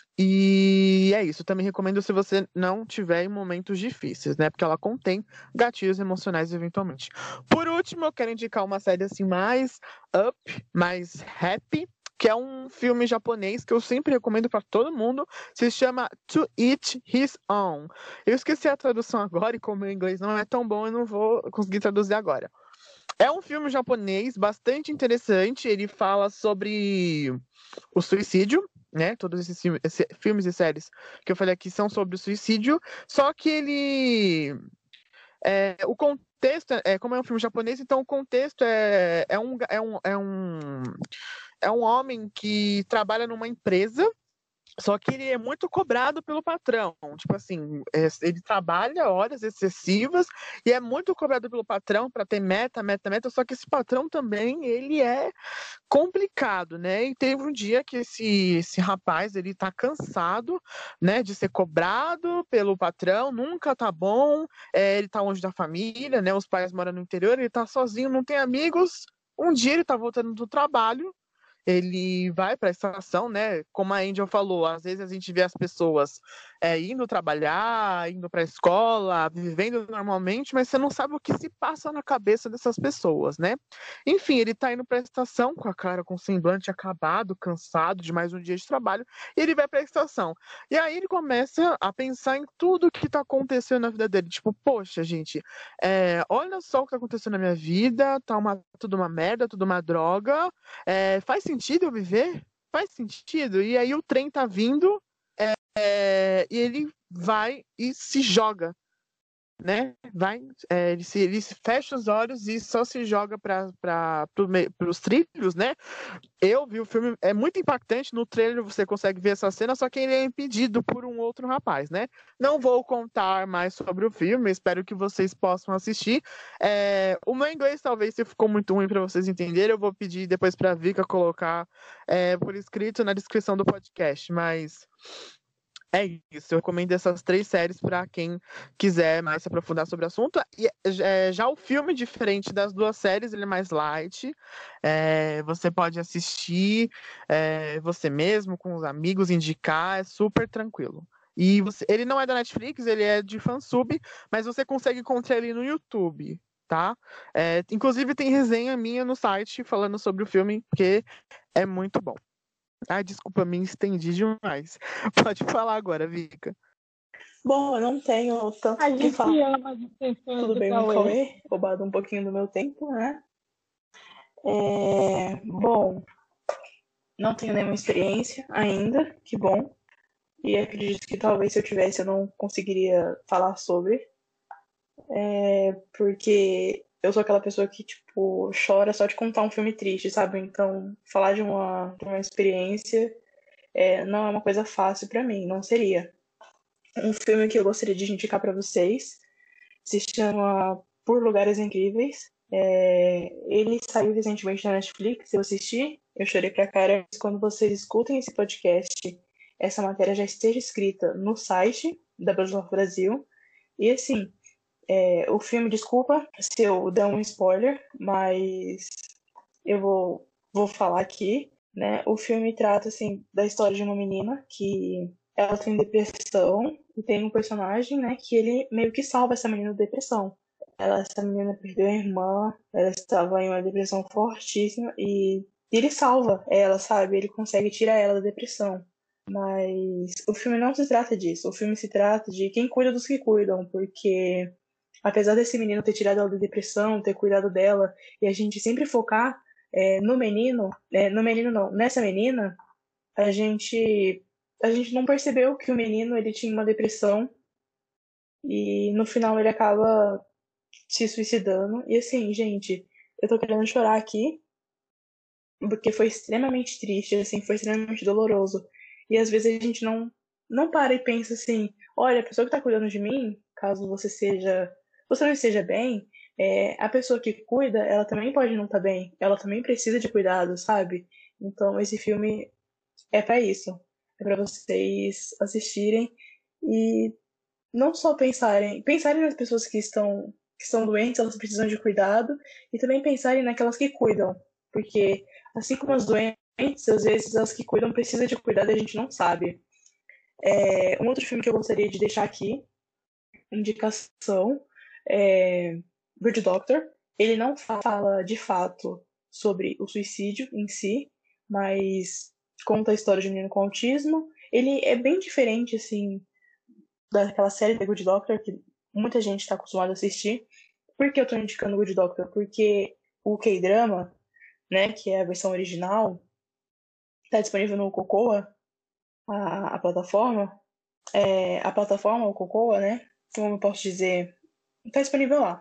E é isso, também recomendo se você não tiver em momentos difíceis, né? Porque ela contém gatilhos emocionais eventualmente. Por último, eu quero indicar uma série assim mais up, mais happy, que é um filme japonês que eu sempre recomendo para todo mundo, se chama To Each His Own. Eu esqueci a tradução agora e como o inglês não é tão bom, eu não vou conseguir traduzir agora. É um filme japonês bastante interessante, ele fala sobre o suicídio, né? Todos esses filmes, esse- filmes e séries que eu falei aqui são sobre o suicídio, só que ele é, o contexto é como é um filme japonês, então o contexto é, é um é um, é um é um homem que trabalha numa empresa, só que ele é muito cobrado pelo patrão. Tipo assim, é, ele trabalha horas excessivas e é muito cobrado pelo patrão para ter meta, meta, meta. Só que esse patrão também, ele é complicado, né? E teve um dia que esse, esse rapaz, ele tá cansado, né, de ser cobrado pelo patrão, nunca tá bom, é, ele tá longe da família, né? Os pais moram no interior, ele tá sozinho, não tem amigos. Um dia ele tá voltando do trabalho, ele vai para a estação, né? Como a Angel falou, às vezes a gente vê as pessoas é, indo trabalhar, indo para a escola, vivendo normalmente, mas você não sabe o que se passa na cabeça dessas pessoas, né? Enfim, ele tá indo para a estação com a cara, com o semblante acabado, cansado de mais um dia de trabalho, e ele vai para a estação. E aí ele começa a pensar em tudo que tá acontecendo na vida dele. Tipo, poxa, gente, é, olha só o que tá acontecendo na minha vida, tá uma, tudo uma merda, tudo uma droga. É, faz sentido eu viver? Faz sentido. E aí o trem tá vindo, é, e ele vai e se joga, né? Vai, é, ele, se, ele se fecha os olhos e só se joga para pro os trilhos, né? Eu vi o filme, é muito impactante. No trailer você consegue ver essa cena, só que ele é impedido por um outro rapaz, né? Não vou contar mais sobre o filme, espero que vocês possam assistir. É, o meu inglês talvez se ficou muito ruim para vocês entenderem, eu vou pedir depois para a Vika colocar é, por escrito na descrição do podcast, mas é isso, eu recomendo essas três séries para quem quiser mais se aprofundar sobre o assunto. E é, já o filme, diferente das duas séries, ele é mais light. É, você pode assistir é, você mesmo, com os amigos, indicar, é super tranquilo. E você, ele não é da Netflix, ele é de fansub, mas você consegue encontrar ele no YouTube, tá? É, inclusive tem resenha minha no site falando sobre o filme, porque é muito bom. Ai, desculpa, me estendi demais. Pode falar agora, Vika. Bom, eu não tenho tanto A o que gente falar. ama de ser fã Tudo do bem, Cauê. Cauê? Roubado um pouquinho do meu tempo, né? É, bom, não tenho nenhuma experiência ainda, que bom. E acredito que talvez se eu tivesse eu não conseguiria falar sobre. É, porque eu sou aquela pessoa que, tipo, chora só de contar um filme triste, sabe? Então, falar de uma, de uma experiência é, não é uma coisa fácil pra mim, não seria. Um filme que eu gostaria de indicar pra vocês se chama Por Lugares Incríveis. É, ele saiu recentemente na Netflix, eu assisti, eu chorei pra cara. Quando vocês escutem esse podcast, essa matéria já esteja escrita no site da Brasil Brasil. E assim, é, o filme, desculpa se eu der um spoiler, mas eu vou, vou falar aqui, né? O filme trata, assim, da história de uma menina que ela tem depressão e tem um personagem, né, que ele meio que salva essa menina da depressão. Ela, essa menina perdeu a irmã, ela estava em uma depressão fortíssima e ele salva ela, sabe? Ele consegue tirar ela da depressão. Mas o filme não se trata disso. O filme se trata de quem cuida dos que cuidam, porque apesar desse menino ter tirado ela da depressão, ter cuidado dela, e a gente sempre focar é, no menino, é, no menino não, nessa menina, a gente, a gente não percebeu que o menino ele tinha uma depressão e no final ele acaba se suicidando. E assim, gente, eu tô querendo chorar aqui, porque foi extremamente triste, assim, foi extremamente doloroso. E às vezes a gente não, não para e pensa assim, olha, a pessoa que tá cuidando de mim, caso você seja, você não esteja bem, é, a pessoa que cuida, ela também pode não estar bem, ela também precisa de cuidado, sabe? Então esse filme é pra isso, é pra vocês assistirem e não só pensarem, pensarem nas pessoas que estão que estão doentes, elas precisam de cuidado, e também pensarem naquelas que cuidam, porque assim como as doentes, às vezes as que cuidam precisam de cuidado e a gente não sabe. É, um outro filme que eu gostaria de deixar aqui, indicação, é Good Doctor. Ele não fala de fato sobre o suicídio em si, mas conta a história de um menino com autismo. Ele é bem diferente, assim, daquela série The Good Doctor, que muita gente está acostumada a assistir. Por que eu estou indicando Good Doctor? Porque o K-Drama, né, que é a versão original, está disponível no Cocoa, a, a plataforma. É, a plataforma, o Cocoa, né, como eu posso dizer, está disponível lá.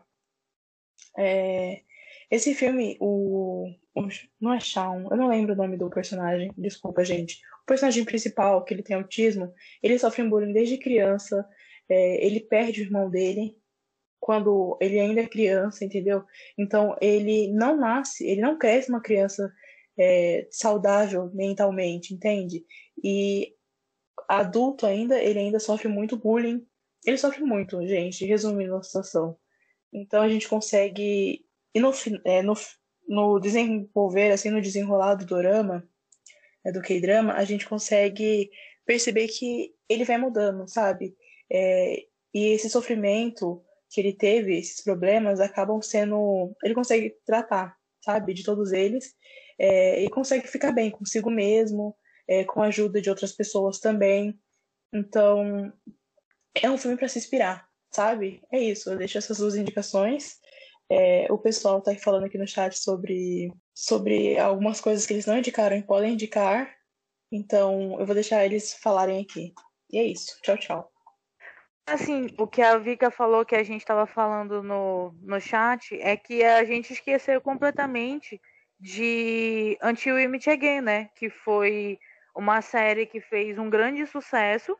É, esse filme, o, o. Não é Shawn, eu não lembro o nome do personagem, desculpa, gente. O personagem principal, que ele tem autismo, ele sofre um bullying desde criança, é, ele perde o irmão dele quando ele ainda é criança, entendeu? Então, ele não nasce, ele não cresce uma criança é, saudável mentalmente, entende? E adulto ainda, ele ainda sofre muito bullying. Ele sofre muito, gente, resumindo a situação. Então a gente consegue, e no, é, no, no desenvolver, assim, no desenrolar do dorama, é, do K-drama, a gente consegue perceber que ele vai mudando, sabe? É, e esse sofrimento que ele teve, esses problemas, acabam sendo. Ele consegue tratar, sabe? De todos eles, é, e consegue ficar bem consigo mesmo, é, com a ajuda de outras pessoas também. Então, é um filme para se inspirar, sabe? É isso, eu deixo essas duas indicações. É, o pessoal tá falando aqui no chat sobre, sobre algumas coisas que eles não indicaram e podem indicar. Então, eu vou deixar eles falarem aqui. E é isso. Tchau, tchau. Assim, o que a Vika falou que a gente estava falando no, no chat é que a gente esqueceu completamente de Until We Meet Again, né? Que foi uma série que fez um grande sucesso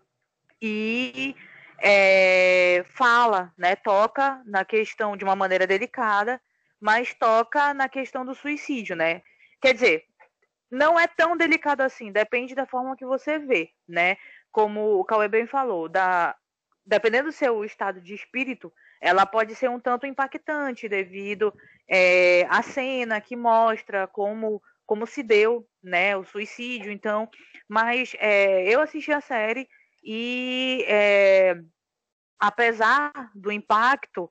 e é, fala, né? Toca na questão de uma maneira delicada, mas toca na questão do suicídio, né? Quer dizer, não é tão delicado assim, depende da forma que você vê, né? Como o Cauê bem falou, da dependendo do seu estado de espírito, ela pode ser um tanto impactante devido é, à cena que mostra como, como se deu, né, o suicídio. Então, mas é, eu assisti a série e é, apesar do impacto,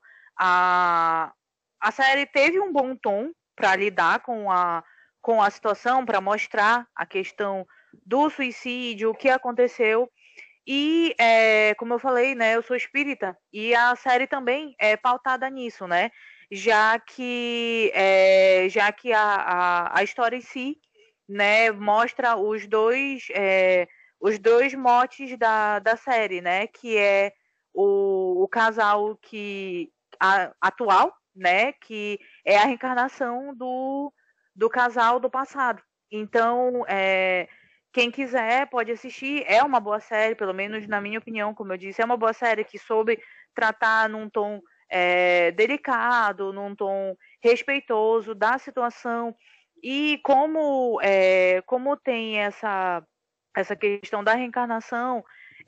a, a série teve um bom tom para lidar com a, com a situação, para mostrar a questão do suicídio, o que aconteceu. E, é, como eu falei, né, eu sou espírita, e a série também é pautada nisso, né, já que, é, já que a, a, a história em si, né, mostra os dois, é, os dois motes da, da série, né, que é o, o casal que, a, atual, né, que é a reencarnação do, do casal do passado. Então, é... quem quiser pode assistir, é uma boa série, pelo menos na minha opinião, como eu disse, é uma boa série que soube tratar num tom é, delicado, num tom respeitoso da situação, e como, é, como tem essa, essa questão da reencarnação,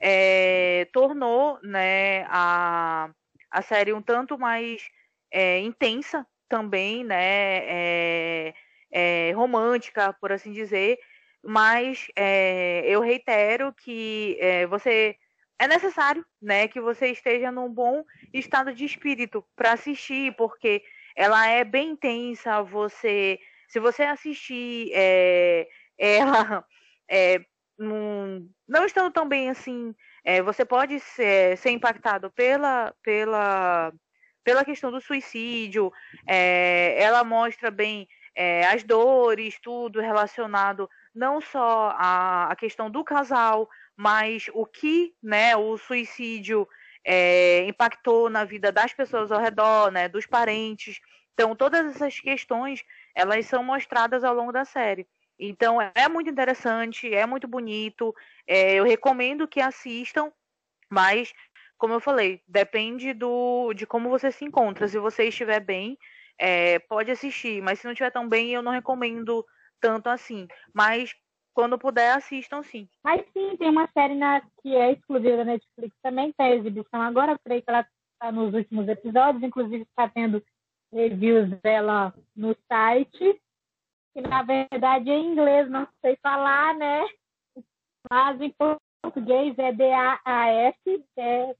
é, tornou, né, a, a série um tanto mais é, intensa também, né, é, é, romântica, por assim dizer, mas é, eu reitero que é, você é necessário, né, que você esteja num bom estado de espírito para assistir, porque ela é bem intensa. Você, se você assistir é, ela é, num, não estando tão bem assim, é, você pode ser, ser impactado pela, pela pela questão do suicídio, é, ela mostra bem é, as dores, tudo relacionado não só à, à questão do casal, mas o que, né, o suicídio é, impactou na vida das pessoas ao redor, né, dos parentes. Então, todas essas questões, elas são mostradas ao longo da série. Então, é muito interessante, é muito bonito, é, eu recomendo que assistam, mas, como eu falei, depende do, de como você se encontra. Se você estiver bem, é, pode assistir, mas se não estiver tão bem, eu não recomendo tanto assim. Mas, quando puder, assistam sim. Mas sim, tem uma série na, que é exclusiva da Netflix também, que é a exibição agora, eu creio que ela está nos últimos episódios, inclusive está tendo reviews dela no site, que na verdade é em inglês, não sei falar, né? Mas em português é D A A S, é...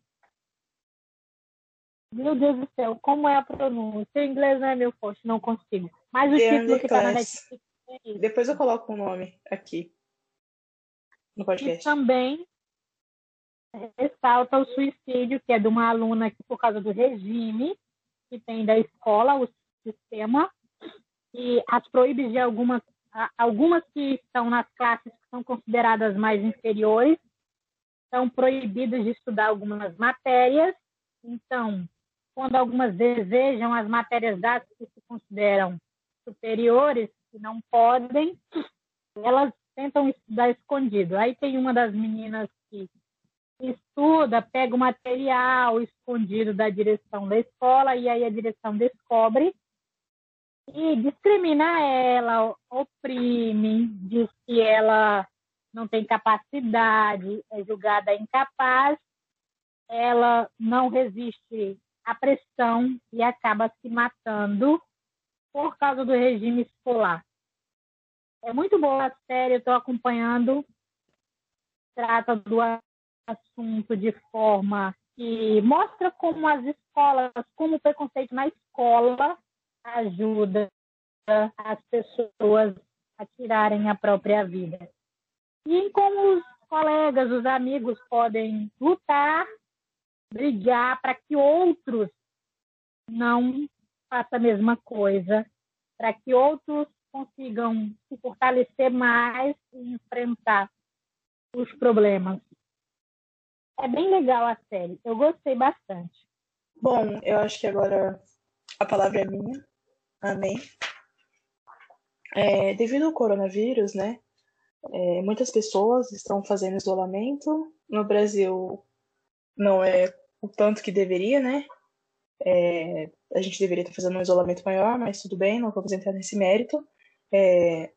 Meu Deus do céu, como é a pronúncia? Em inglês não é meu forte, não consigo. Mas o The título que está na Underclass. Netflix é isso. Depois eu coloco o nome aqui no E podcast. também ressalta o suicídio, que é de uma aluna que, por causa do regime que tem da escola, o sistema, e as proíbes de algumas, algumas que estão nas classes que são consideradas mais inferiores, são proibidas de estudar algumas matérias. Então, quando algumas desejam as matérias das que se consideram superiores, que não podem, elas tentam estudar escondido. Aí tem uma das meninas que estuda, pega o material escondido da direção da escola, e aí a direção descobre e discrimina ela, oprime, diz que ela não tem capacidade, é julgada incapaz, ela não resiste à pressão e acaba se matando por causa do regime escolar. É muito boa a série, eu estou acompanhando, trata do assunto de forma que mostra como as escolas, como o preconceito na escola ajuda as pessoas a tirarem a própria vida. E em como os colegas, os amigos podem lutar, brigar para que outros não façam a mesma coisa, para que outros consigam se fortalecer mais e enfrentar os problemas. É bem legal a série, eu gostei bastante. Bom, eu acho que agora a palavra é minha. Amém. É, devido ao coronavírus, né, é, muitas pessoas estão fazendo isolamento. No Brasil não é o tanto que deveria, né? É, a gente deveria estar fazendo um isolamento maior, mas tudo bem, não vamos entrar nesse mérito. É,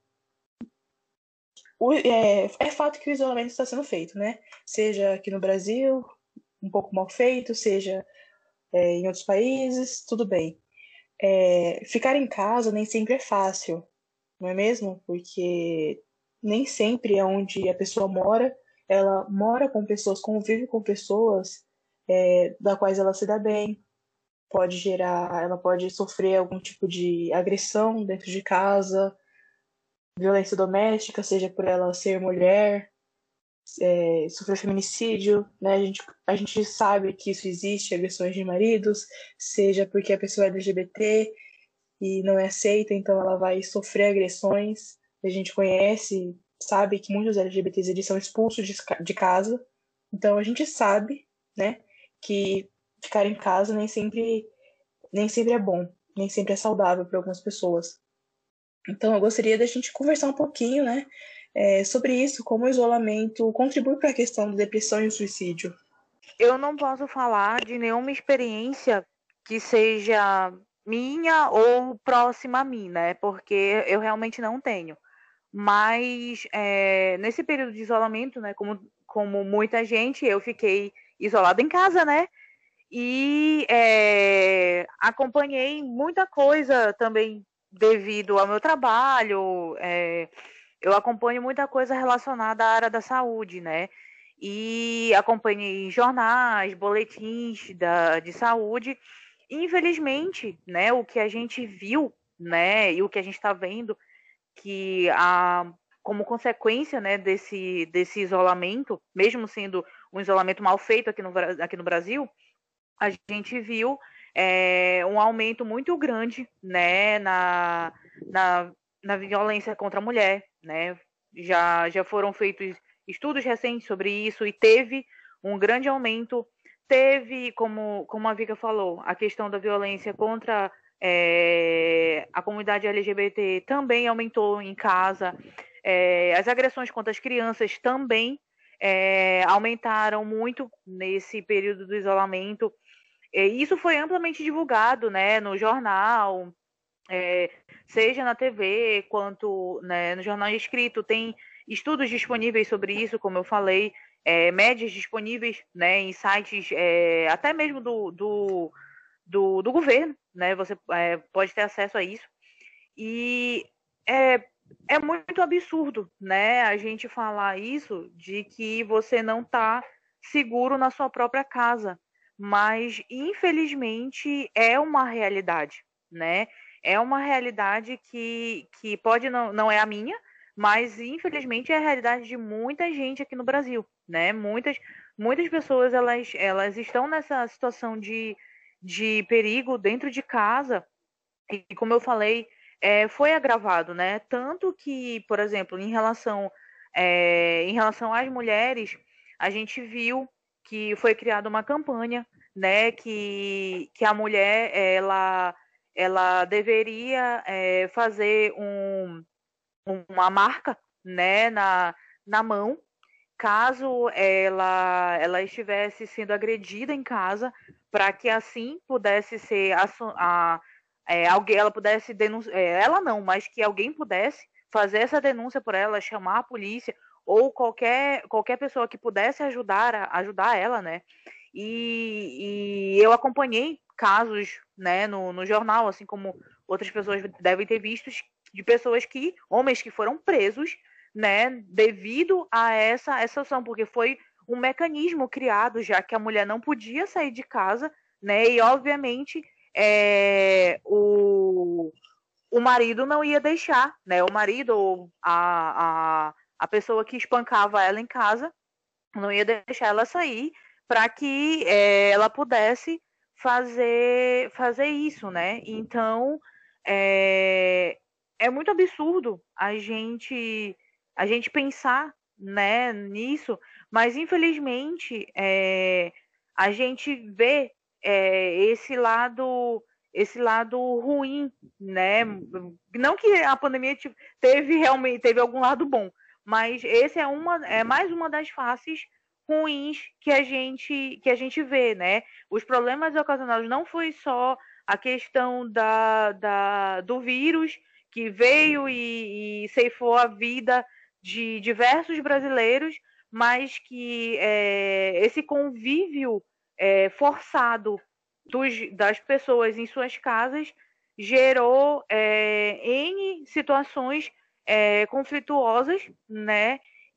o, é, é fato que o isolamento está sendo feito, né? Seja aqui no Brasil, um pouco mal feito, seja é, em outros países, tudo bem. É, ficar em casa nem sempre é fácil, não é mesmo? Porque nem sempre é onde a pessoa mora, ela mora com pessoas, convive com pessoas é, da quais ela se dá bem, pode gerar, ela pode sofrer algum tipo de agressão dentro de casa, violência doméstica, seja por ela ser mulher, é, sofrer feminicídio, né? A gente, a gente sabe que isso existe, agressões de maridos, seja porque a pessoa é L G B T e não é aceita, então ela vai sofrer agressões. A gente conhece, sabe que muitos L G B Ts eles são expulsos de, de casa, então a gente sabe, né, que ficar em casa nem sempre, nem sempre é bom, nem sempre é saudável para algumas pessoas. Então eu gostaria da gente conversar um pouquinho, né, é, sobre isso, como o isolamento contribui para a questão da depressão e o suicídio. Eu não posso falar de nenhuma experiência que seja minha ou próxima a mim, né? Porque eu realmente não tenho. Mas é, nesse período de isolamento, né? Como, como muita gente, eu fiquei isolada em casa, né? E é, acompanhei muita coisa também devido ao meu trabalho. É, eu acompanho muita coisa relacionada à área da saúde, né? E acompanhei jornais, boletins da, de saúde. Infelizmente, né, o que a gente viu, né, e o que a gente está vendo, que a, como consequência, né, desse, desse isolamento, mesmo sendo um isolamento mal feito aqui no, aqui no Brasil, a gente viu é, um aumento muito grande, né, na, na, na violência contra a mulher, né? Já, já foram feitos estudos recentes sobre isso e teve um grande aumento. Teve, como, como a Vika falou, a questão da violência contra é, a comunidade L G B T também aumentou em casa. É, as agressões contra as crianças também é, aumentaram muito nesse período do isolamento. É, isso foi amplamente divulgado, né, no jornal, é, seja na T V quanto, né, no jornal escrito. Tem estudos disponíveis sobre isso, como eu falei, é, médias disponíveis, né, em sites é, até mesmo do, do, do, do governo, né, você é, pode ter acesso a isso. E é, é muito absurdo, né, a gente falar isso, de que você não está seguro na sua própria casa, mas infelizmente é uma realidade, né? É uma realidade que, que pode não, não é a minha, mas infelizmente é a realidade de muita gente aqui no Brasil, né? Muitas, muitas pessoas elas, elas estão nessa situação de, de perigo dentro de casa, e como eu falei, é, foi agravado, né? Tanto que, por exemplo, em relação, é, em relação às mulheres, a gente viu que foi criada uma campanha, né? Que, que a mulher ela, ela deveria é, fazer um, uma marca, né? Na, na mão, caso ela, ela estivesse sendo agredida em casa, para que assim pudesse ser a, a é, alguém, ela pudesse denunciar, é, ela não, mas que alguém pudesse fazer essa denúncia por ela, chamar a polícia ou qualquer, qualquer pessoa que pudesse ajudar, ajudar ela, né? E, e eu acompanhei casos, né, no, no jornal, assim como outras pessoas devem ter visto, de pessoas que, homens que foram presos, né, devido a essa, essa ação, porque foi um mecanismo criado, já que a mulher não podia sair de casa, né, e obviamente é, o, o marido não ia deixar, né, o marido ou a, a, a pessoa que espancava ela em casa não ia deixar ela sair para que é, ela pudesse fazer, fazer isso, né, então é, é muito absurdo a gente a gente pensar, né, nisso, mas infelizmente é, a gente vê é, esse lado esse lado ruim, né? Não que a pandemia teve realmente teve algum lado bom, mas esse é uma é mais uma das faces ruins que a gente que a gente vê, né? Os problemas ocasionados não foi só a questão da, da do vírus que veio e, e ceifou a vida de diversos brasileiros, mas que é, esse convívio é, forçado dos, das pessoas em suas casas gerou é, N situações é, conflituosas, né?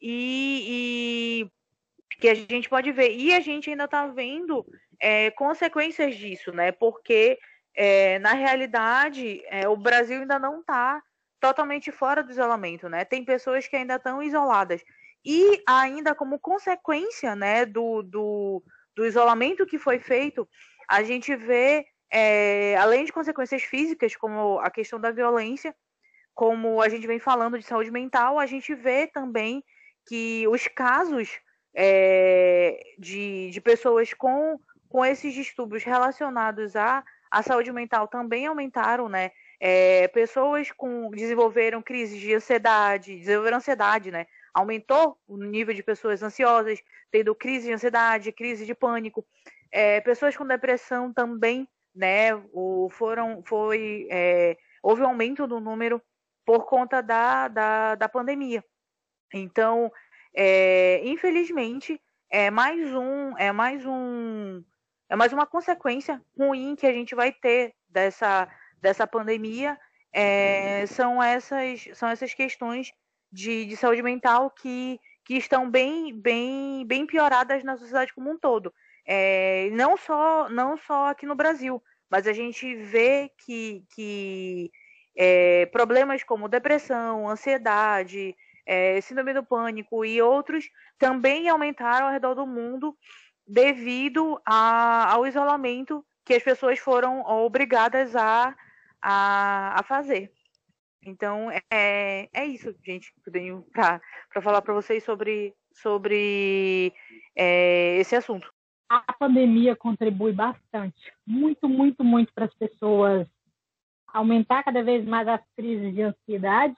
E, e que a gente pode ver. E a gente ainda está vendo é, consequências disso, né? Porque, é, na realidade, é, o Brasil ainda não está totalmente fora do isolamento, né? Tem pessoas que ainda estão isoladas. E ainda como consequência, né, do, do, do isolamento que foi feito, a gente vê, é, além de consequências físicas, como a questão da violência, como a gente vem falando de saúde mental, a gente vê também que os casos é, de, de pessoas com, com esses distúrbios relacionados à, à saúde mental também aumentaram, né? É, pessoas com, desenvolveram crises de ansiedade, desenvolveram ansiedade, né? Aumentou o nível de pessoas ansiosas, tendo crise de ansiedade, crise de pânico. É, pessoas com depressão também, né? O, foram, foi, é, houve um aumento do número por conta da, da, da pandemia. Então, é, infelizmente, é mais um, é mais um, é mais uma consequência ruim que a gente vai ter dessa, dessa pandemia. É, são essas, são essas questões de, de saúde mental que, que estão bem, bem, bem pioradas na sociedade como um todo. É, não só, não só aqui no Brasil, mas a gente vê que, que é, problemas como depressão, ansiedade, é, síndrome do pânico e outros também aumentaram ao redor do mundo devido a, ao isolamento que as pessoas foram obrigadas a, a, a fazer. Então, é, é isso, gente, que eu tenho para falar para vocês sobre, sobre é, esse assunto. A pandemia contribui bastante, muito, muito, muito para as pessoas aumentar cada vez mais as crises de ansiedade,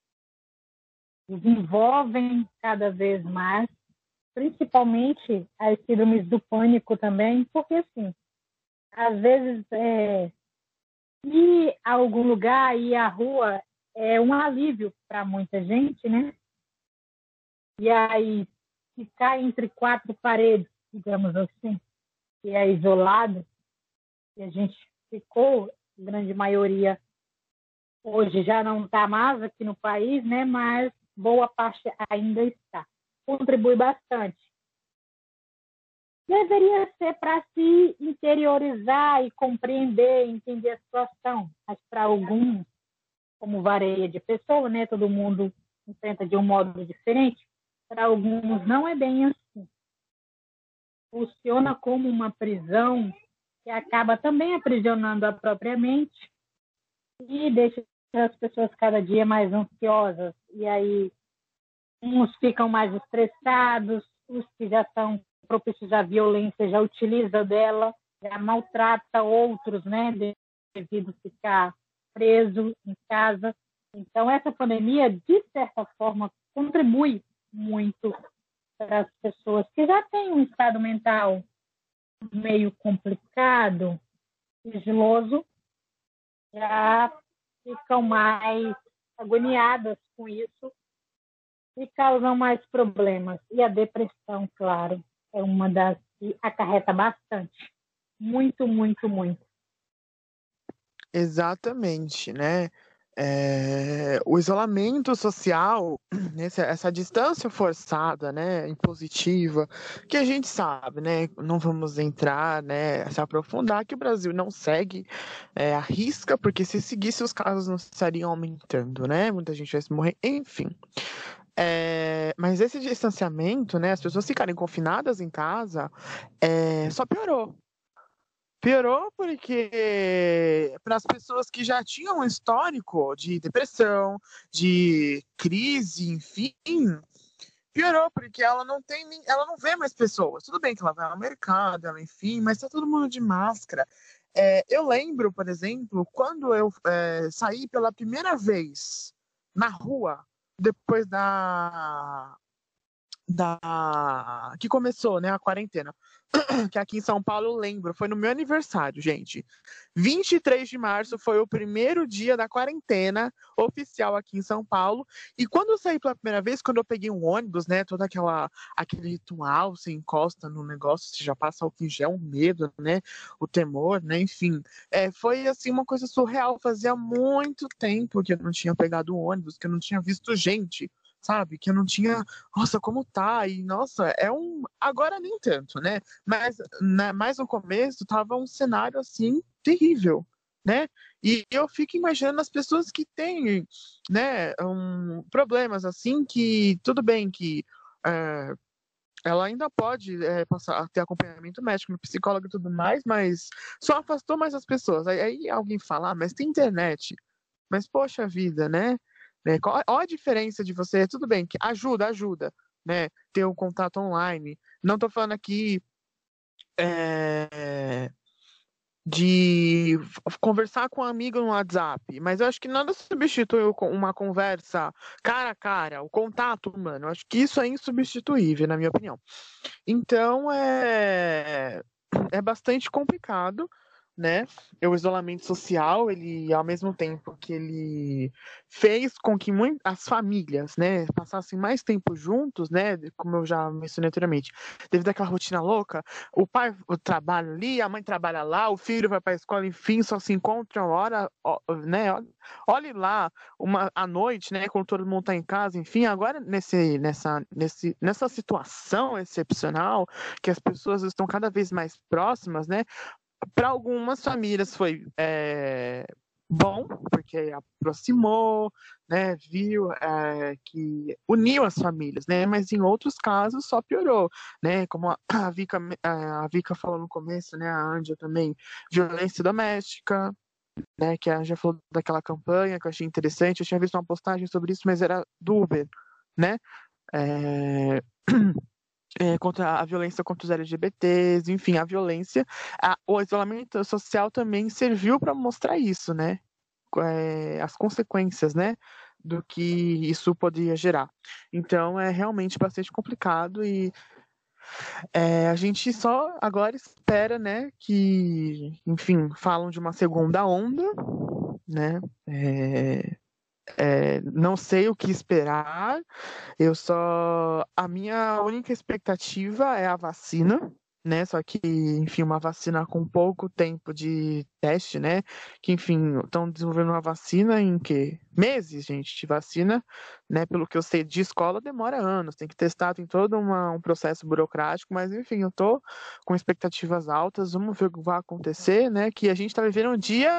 desenvolvem cada vez mais, principalmente as síndromes do pânico também, porque assim, às vezes é, ir a algum lugar, ir à rua, é um alívio para muita gente, né? E aí, ficar entre quatro paredes, digamos assim, que é isolado, e a gente ficou, grande maioria, hoje já não está mais aqui no país, né? Mas boa parte ainda está. Contribui bastante. Deveria ser para se interiorizar e compreender, entender a situação, mas para alguns, como varia de pessoa, né? Todo mundo enfrenta de um modo diferente. Para alguns não é bem assim. Funciona como uma prisão que acaba também aprisionando a própria mente e deixa as pessoas cada dia mais ansiosas. E aí, uns ficam mais estressados, os que já são propícios à violência já utilizam dela, já maltrata outros, né? Devido a ficar preso em casa. Então, essa pandemia, de certa forma, contribui muito para as pessoas que já têm um estado mental meio complicado, sigiloso, já ficam mais agoniadas com isso e causam mais problemas. E a depressão, claro, é uma das que acarreta bastante. Muito, muito, muito. Exatamente, né? É, o isolamento social, essa, essa distância forçada, né, impositiva, que a gente sabe, né, não vamos entrar, né, se aprofundar, que o Brasil não segue é, a risca, porque se seguisse os casos não estariam aumentando, né, muita gente vai se morrer, enfim. É, mas esse distanciamento, né, as pessoas ficarem confinadas em casa, é, só piorou. Piorou porque para as pessoas que já tinham um histórico de depressão, de crise, enfim, piorou porque ela não tem, ela não vê mais pessoas. Tudo bem que ela vai ao mercado, ela, enfim, mas tá todo mundo de máscara. É, eu lembro, por exemplo, quando eu é, saí pela primeira vez na rua depois da da que começou, né, a quarentena. Que aqui em São Paulo, eu lembro, foi no meu aniversário, gente. vinte e três de março foi o primeiro dia da quarentena oficial aqui em São Paulo. E quando eu saí pela primeira vez, quando eu peguei um ônibus, né, toda aquela aquele ritual, você encosta no negócio, você já passa o que já é um medo, né, o temor, né, enfim. É, foi assim uma coisa surreal. Fazia muito tempo que eu não tinha pegado um ônibus, que eu não tinha visto gente, sabe? Que eu não tinha, nossa, como tá? E, nossa, é um. Agora nem tanto, né? Mas, né, mais no começo tava um cenário assim terrível, né? E eu fico imaginando as pessoas que têm, né, um, problemas assim, que tudo bem que é, ela ainda pode é, passar, ter acompanhamento médico, no psicólogo e tudo mais, mas só afastou mais as pessoas. Aí, aí alguém fala, ah, mas tem internet. Mas, poxa vida, né? Né? Qual, qual a diferença de você? Tudo bem, que ajuda, ajuda, né? Ter um contato online. Não tô falando aqui é, de conversar com um amigo no WhatsApp, mas eu acho que nada substitui uma conversa cara a cara, o contato humano. Eu acho que isso é insubstituível, na minha opinião. Então, é, é bastante complicado, né? O isolamento social, ele, ao mesmo tempo que ele fez com que muito, as famílias, né, passassem mais tempo juntos, né, como eu já mencionei anteriormente, devido àquela rotina louca, o pai trabalha ali, a mãe trabalha lá, o filho vai para a escola, enfim, só se encontram hora, né, olhe lá, uma, à noite, né, quando todo mundo está em casa, enfim, agora nesse, nessa, nesse, nessa situação excepcional, que as pessoas estão cada vez mais próximas, né, para algumas famílias foi é, bom, porque aproximou, né, viu é, que uniu as famílias, né, mas em outros casos só piorou, né, como a, a Vika, a Vika falou no começo, né, a Ândia também, violência doméstica, né, que a Anja falou daquela campanha que eu achei interessante, eu tinha visto uma postagem sobre isso, mas era do Uber, né, é, é, contra a violência contra os L G B Ts, enfim, a violência, a, o isolamento social também serviu para mostrar isso, né, é, as consequências, né, do que isso poderia gerar. Então é realmente bastante complicado e é, a gente só agora espera, né, que, enfim, falam de uma segunda onda, né, é, é, não sei o que esperar, eu só. A minha única expectativa é a vacina, né? Só que, enfim, uma vacina com pouco tempo de teste, né? Que, enfim, estão desenvolvendo uma vacina em que? Meses, gente, de vacina, né? Pelo que eu sei de escola, demora anos, tem que testar, tem todo uma, um processo burocrático, mas, enfim, eu tô com expectativas altas, vamos ver o que vai acontecer, né? Que a gente tá vivendo um dia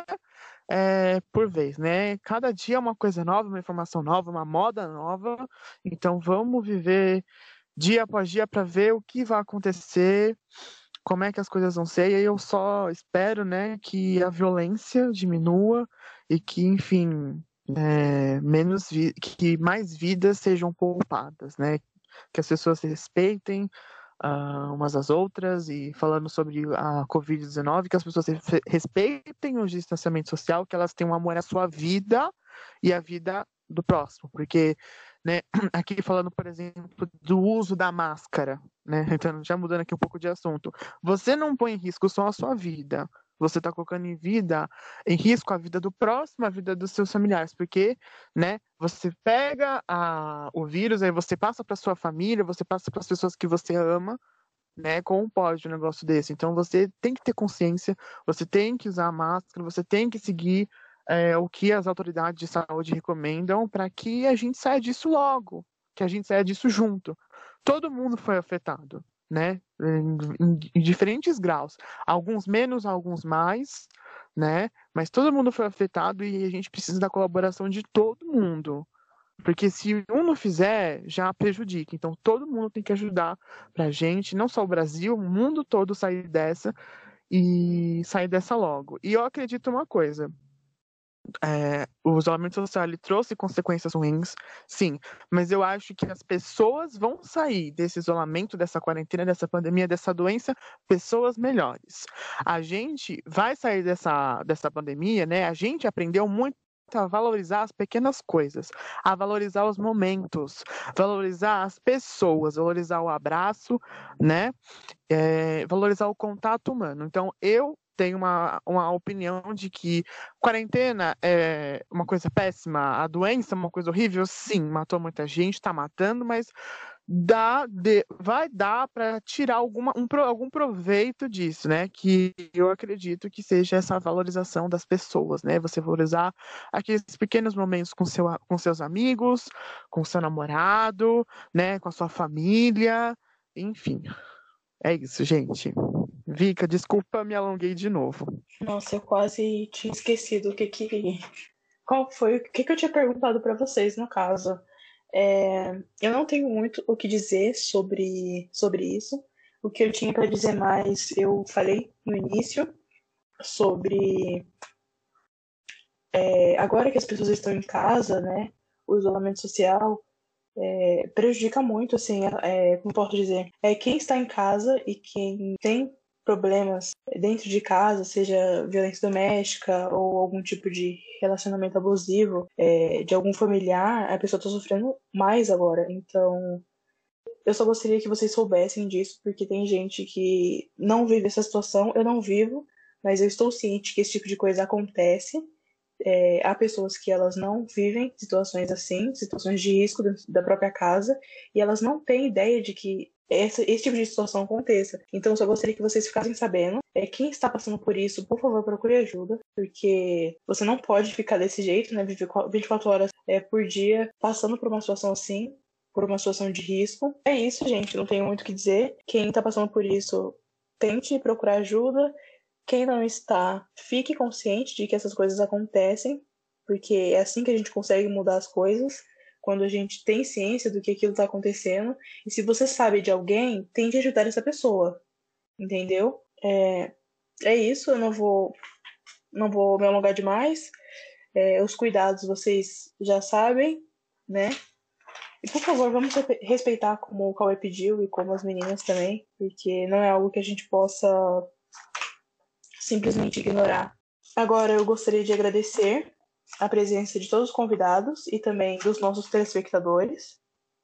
é, por vez, né? Cada dia é uma coisa nova, uma informação nova, uma moda nova. Então vamos viver dia após dia para ver o que vai acontecer, como é que as coisas vão ser. E aí eu só espero, né, que a violência diminua e que, enfim, é, menos vi- que mais vidas sejam poupadas, né? Que as pessoas se respeitem uh, umas às outras e falando sobre a covid dezenove, que as pessoas respeitem o distanciamento social, que elas tenham amor à sua vida e à vida do próximo, porque, né, aqui falando, por exemplo, do uso da máscara, né, então já mudando aqui um pouco de assunto, você não põe em risco só a sua vida, você está colocando em vida, em risco a vida do próximo, a vida dos seus familiares, porque, né, você pega a, o vírus, aí você passa para sua família, você passa para as pessoas que você ama, né, como pode um negócio desse? Então você tem que ter consciência, você tem que usar a máscara, você tem que seguir é, o que as autoridades de saúde recomendam para que a gente saia disso logo, que a gente saia disso junto. Todo mundo foi afetado, né, em, em, em diferentes graus, alguns menos, alguns mais, né, mas todo mundo foi afetado e a gente precisa da colaboração de todo mundo. Porque se um não fizer, já prejudica. Então todo mundo tem que ajudar pra gente, não só o Brasil, o mundo todo sair dessa e sair dessa logo. E eu acredito uma coisa. É, o isolamento social ele trouxe consequências ruins, sim, mas eu acho que as pessoas vão sair desse isolamento, dessa quarentena, dessa pandemia, dessa doença, pessoas melhores. A gente vai sair dessa, dessa pandemia, né? A gente aprendeu muito a valorizar as pequenas coisas, a valorizar os momentos, valorizar as pessoas, valorizar o abraço, né? É, valorizar o contato humano. Então, eu tenho uma, uma opinião de que quarentena é uma coisa péssima, a doença é uma coisa horrível, sim, matou muita gente, está matando, mas dá de, vai dar para tirar alguma, um, algum proveito disso, né? Que eu acredito que seja essa valorização das pessoas, né? Você valorizar aqueles pequenos momentos com, seu, com seus amigos, com seu namorado, né? Com a sua família, enfim. É isso, gente. Vika, desculpa, me alonguei de novo. Nossa, eu quase tinha esquecido o que que... Qual foi? O que que eu tinha perguntado para vocês, no caso? É, eu não tenho muito o que dizer sobre, sobre isso. O que eu tinha para dizer mais, eu falei no início, sobre... É, agora que as pessoas estão em casa, né? O isolamento social... É, prejudica muito, assim, é, como posso dizer, é quem está em casa e quem tem problemas dentro de casa, seja violência doméstica ou algum tipo de relacionamento abusivo é, de algum familiar, a pessoa está sofrendo mais agora. Então, eu só gostaria que vocês soubessem disso, porque tem gente que não vive essa situação, eu não vivo, mas eu estou ciente que esse tipo de coisa acontece. É, há pessoas que elas não vivem situações assim, situações de risco da própria casa, e elas não têm ideia de que essa, esse tipo de situação aconteça. Então eu só gostaria que vocês ficassem sabendo. É, quem está passando por isso, por favor, procure ajuda, porque você não pode ficar desse jeito, né, viver vinte e quatro horas é, por dia passando por uma situação assim, por uma situação de risco. É isso, gente, não tenho muito o que dizer. Quem está passando por isso, tente procurar ajuda. Quem não está, fique consciente de que essas coisas acontecem, porque é assim que a gente consegue mudar as coisas, quando a gente tem ciência do que aquilo está acontecendo. E se você sabe de alguém, tente ajudar essa pessoa, entendeu? É, é isso, eu não vou, não vou me alongar demais. É, os cuidados vocês já sabem, né? E por favor, vamos respeitar como o Cauê pediu e como as meninas também, porque não é algo que a gente possa simplesmente ignorar. Agora eu gostaria de agradecer a presença de todos os convidados e também dos nossos telespectadores.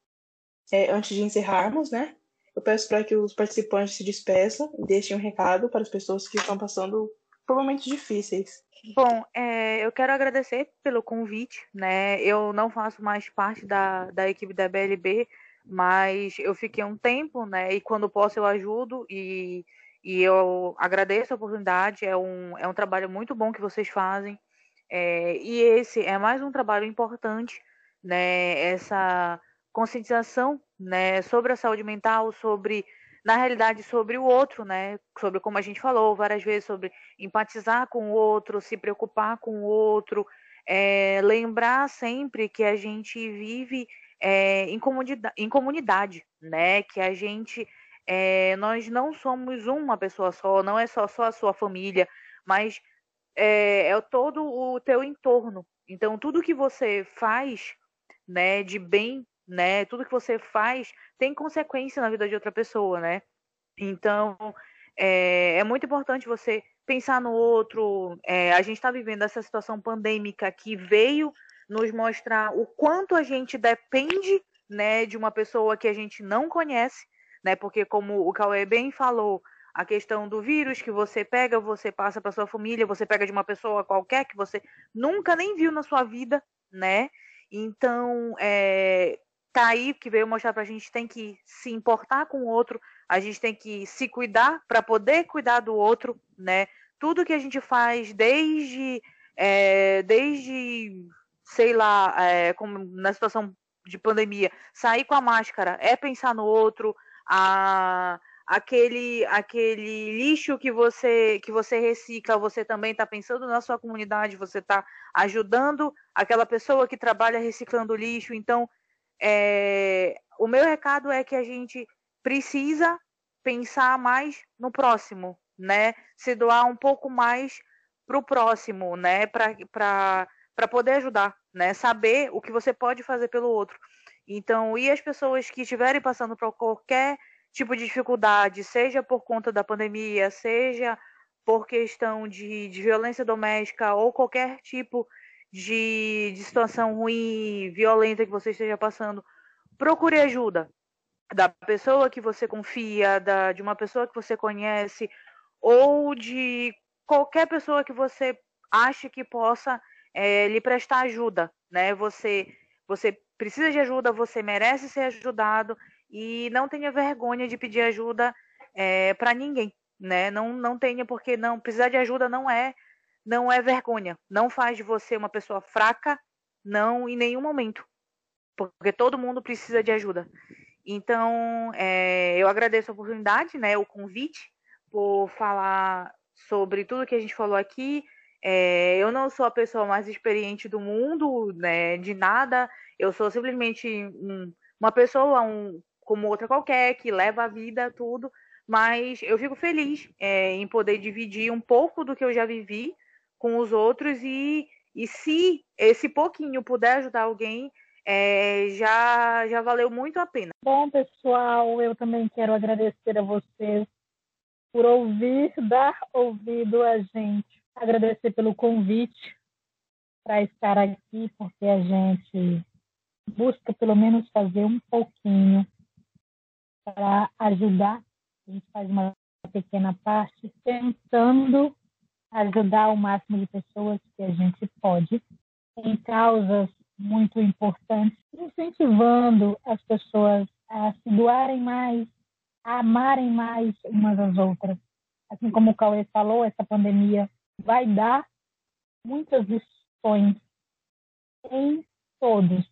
É, antes de encerrarmos, né? Eu peço para que os participantes se despeçam e deixem um recado para as pessoas que estão passando por momentos difíceis. Bom, é, eu quero agradecer pelo convite, né? Eu não faço mais parte da, da equipe da B L B, mas eu fiquei um tempo, né? E quando posso eu ajudo e, e eu agradeço a oportunidade. É um, é um trabalho muito bom que vocês fazem. É, e esse é mais um trabalho importante, né? Essa conscientização, né? Sobre a saúde mental, sobre na realidade sobre o outro, né? Sobre como a gente falou várias vezes, sobre empatizar com o outro, se preocupar com o outro, é, lembrar sempre que a gente vive é, em, comunidade, em comunidade, né? Que a gente, é, nós não somos uma pessoa só, não é só, só a sua família, mas é, é todo o teu entorno. Então, tudo que você faz, né, de bem, né, tudo que você faz tem consequência na vida de outra pessoa, né? Então, é, é muito importante você pensar no outro. É, a gente está vivendo essa situação pandêmica que veio nos mostrar o quanto a gente depende, né, de uma pessoa que a gente não conhece, né? Porque como o Cauê bem falou, a questão do vírus que você pega, você passa para sua família, você pega de uma pessoa qualquer que você nunca nem viu na sua vida, né? Então, é, tá aí que veio mostrar pra gente, tem que se importar com o outro, a gente tem que se cuidar para poder cuidar do outro, né? Tudo que a gente faz desde, é, desde sei lá, é, como na situação de pandemia, sair com a máscara é pensar no outro, a, aquele, aquele lixo que você, que você recicla, você também está pensando na sua comunidade, você está ajudando aquela pessoa que trabalha reciclando lixo. Então, é, o meu recado é que a gente precisa pensar mais no próximo, né? Se doar um pouco mais para o próximo, né? Para poder ajudar, né? Saber o que você pode fazer pelo outro. Então, e as pessoas que estiverem passando por qualquer tipo de dificuldade, seja por conta da pandemia, seja por questão de, de violência doméstica ou qualquer tipo de, de situação ruim, violenta que você esteja passando, procure ajuda da pessoa que você confia, da, de uma pessoa que você conhece, ou de qualquer pessoa que você ache que possa é, lhe prestar ajuda, né? Você, você precisa de ajuda, você merece ser ajudado e não tenha vergonha de pedir ajuda é, para ninguém, né? Não, não tenha, porque não precisar de ajuda não é não é vergonha, não faz de você uma pessoa fraca, não em nenhum momento, porque todo mundo precisa de ajuda. Então, é, eu agradeço a oportunidade, né, o convite, por falar sobre tudo que a gente falou aqui. É, eu não sou a pessoa mais experiente do mundo, né, de nada. Eu sou simplesmente um, uma pessoa, um, como outra qualquer, que leva a vida, tudo. Mas eu fico feliz é, em poder dividir um pouco do que eu já vivi com os outros e, e se esse pouquinho puder ajudar alguém, é, já, já valeu muito a pena. Bom, pessoal, eu também quero agradecer a vocês por ouvir, dar ouvido a gente. Agradecer pelo convite para estar aqui, porque a gente busca pelo menos fazer um pouquinho para ajudar. A gente faz uma pequena parte, tentando ajudar o máximo de pessoas que a gente pode em causas muito importantes, incentivando as pessoas a se doarem mais, a amarem mais umas às outras. Assim como o Cauê falou, essa pandemia vai dar muitas lições em todos.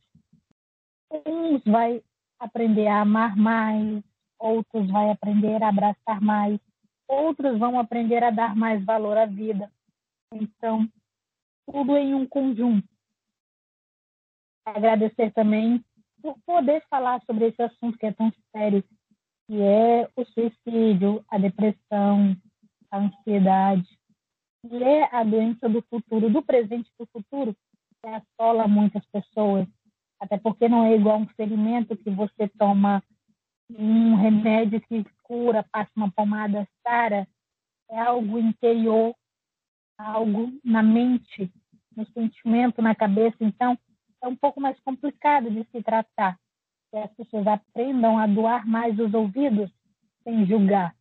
Uns vai aprender a amar mais, outros vai aprender a abraçar mais, outros vão aprender a dar mais valor à vida. Então, tudo em um conjunto. Agradecer também por poder falar sobre esse assunto que é tão sério, que é o suicídio, a depressão, a ansiedade, que é a doença do futuro, do presente e do futuro, que assola muitas pessoas, até porque não é igual um ferimento que você toma um remédio que cura, passa uma pomada, sara, é algo interior, algo na mente, no sentimento, na cabeça, então é um pouco mais complicado de se tratar, que as pessoas aprendam a doar mais os ouvidos sem julgar.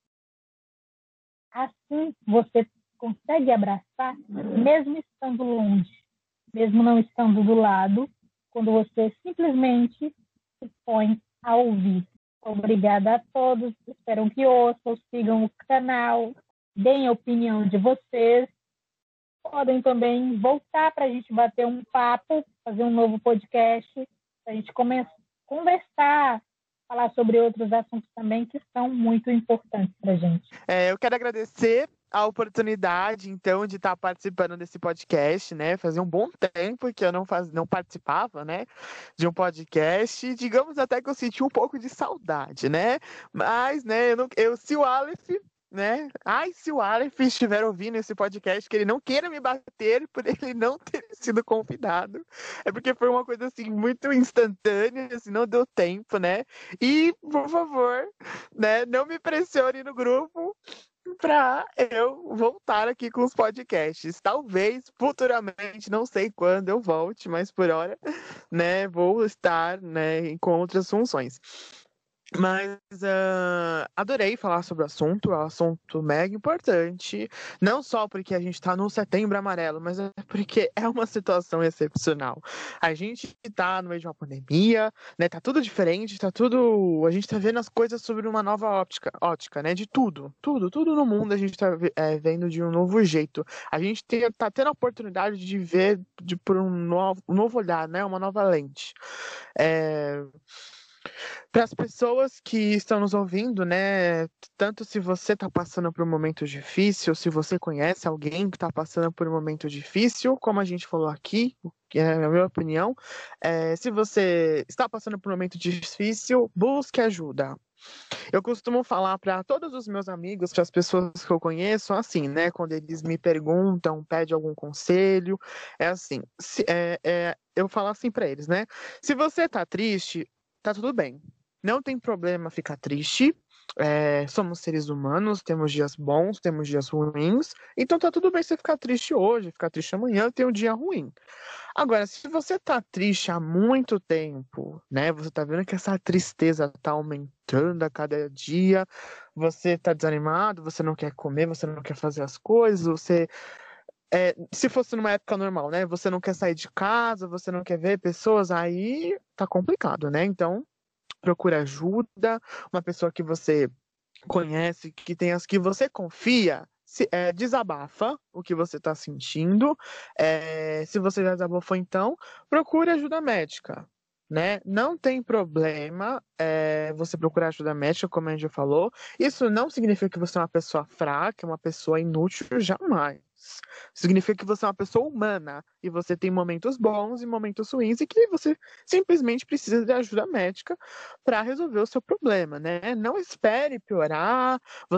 Assim, você consegue abraçar, mesmo estando longe, mesmo não estando do lado, quando você simplesmente se põe a ouvir. Obrigada a todos, espero que ouçam, sigam o canal, deem a opinião de vocês. Podem também voltar para a gente bater um papo, fazer um novo podcast, para a gente começar, conversar, falar sobre outros assuntos também que são muito importantes para a gente. É, eu quero agradecer a oportunidade, então, de estar participando desse podcast, né? Fazia um bom tempo que eu não, faz, não participava, né? De um podcast. Digamos até que eu senti um pouco de saudade, né? Mas, né? Eu, não, eu se o Aleph, né? Ai, se o Aleph estiver ouvindo esse podcast, que ele não queira me bater por ele não ter sido convidado. É porque foi uma coisa, assim, muito instantânea, assim, não deu tempo, né? E, por favor, né? Não me pressione no grupo para eu voltar aqui com os podcasts. Talvez, futuramente, não sei quando eu volte, mas por hora, né, vou estar, né, com outras funções. Mas uh, adorei falar sobre o assunto, é um assunto mega importante, não só porque a gente está no Setembro Amarelo, mas é porque é uma situação excepcional. A gente está no meio de uma pandemia, né, tá tudo diferente, tá tudo, a gente tá vendo as coisas sobre uma nova óptica, ótica, né, de tudo, tudo, tudo no mundo a gente tá é, vendo de um novo jeito. A gente tem, tá tendo a oportunidade de ver de, por um novo, um novo olhar, né, uma nova lente. É... Para as pessoas que estão nos ouvindo, né, tanto se você está passando por um momento difícil, se você conhece alguém que está passando por um momento difícil, como a gente falou aqui, que é a minha opinião, é, se você está passando por um momento difícil, busque ajuda. Eu costumo falar para todos os meus amigos, para as pessoas que eu conheço, assim, né, quando eles me perguntam, pedem algum conselho, é assim, se, é, é, eu falo assim para eles, né, se você está triste, tá tudo bem. Não tem problema ficar triste. É, somos seres humanos, temos dias bons, temos dias ruins. Então tá tudo bem você ficar triste hoje, ficar triste amanhã, ter um dia ruim. Agora, se você tá triste há muito tempo, né? Você tá vendo que essa tristeza tá aumentando a cada dia, você tá desanimado, você não quer comer, você não quer fazer as coisas, você. É, se fosse numa época normal, né? Você não quer sair de casa, você não quer ver pessoas, aí tá complicado, né? Então, procura ajuda, uma pessoa que você conhece, que tem as que você confia, se, é, desabafa o que você tá sentindo. É, se você já desabafou, então, procure ajuda médica. Né? Não tem problema é, você procurar ajuda médica, como a gente já falou. Isso não significa que você é uma pessoa fraca, uma pessoa inútil, jamais. Significa que você é uma pessoa humana e você tem momentos bons e momentos ruins e que você simplesmente precisa de ajuda médica para resolver o seu problema, né? Não espere piorar,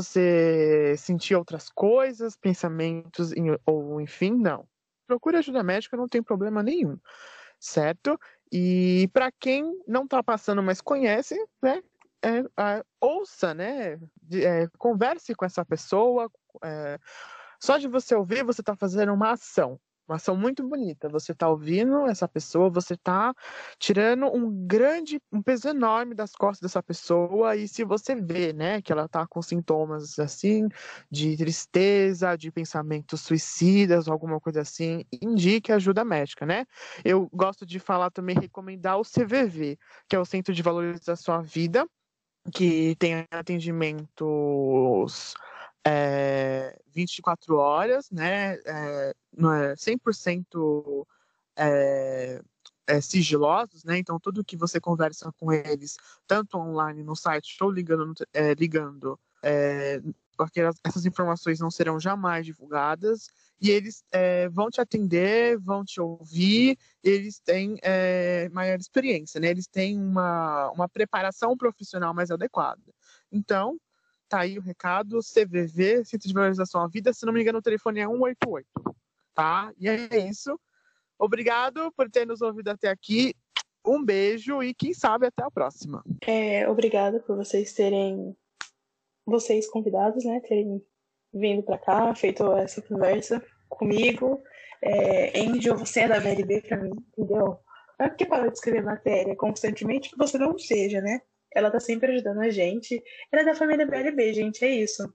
você sentir outras coisas, pensamentos ou enfim, não. Procure ajuda médica, não tem problema nenhum, certo? E para quem não está passando, mas conhece, né? É, é, ouça, né? De, é, converse com essa pessoa. É, só de você ouvir, você está fazendo uma ação. Uma ação muito bonita. Você está ouvindo essa pessoa, você está tirando um grande, um peso enorme das costas dessa pessoa. E se você vê, né, que ela está com sintomas assim, de tristeza, de pensamentos suicidas, alguma coisa assim, indique ajuda médica, né? Eu gosto de falar também, recomendar o C V V, que é o Centro de Valorização à Vida, que tem atendimentos é, vinte e quatro horas, né? É, não é cem por cento é, é, sigilosos, né? Então tudo que você conversa com eles, tanto online no site ou ligando, é, ligando é, porque essas informações não serão jamais divulgadas, e eles é, vão te atender, vão te ouvir, eles têm é, maior experiência, né? Eles têm uma, uma preparação profissional mais adequada. Então, tá aí o recado, C V V, Centro de Valorização à Vida, se não me engano o telefone é um oito oito, tá? E é isso. Obrigado por ter nos ouvido até aqui, um beijo e quem sabe até a próxima. É, obrigada por vocês terem, vocês convidados, né, terem vindo pra cá, feito essa conversa comigo. É, Angel, você é da B L B pra mim, entendeu? Não é porque para de escrever matéria constantemente que você não seja, né? Ela tá sempre ajudando a gente. Ela é da família B L B, gente, é isso.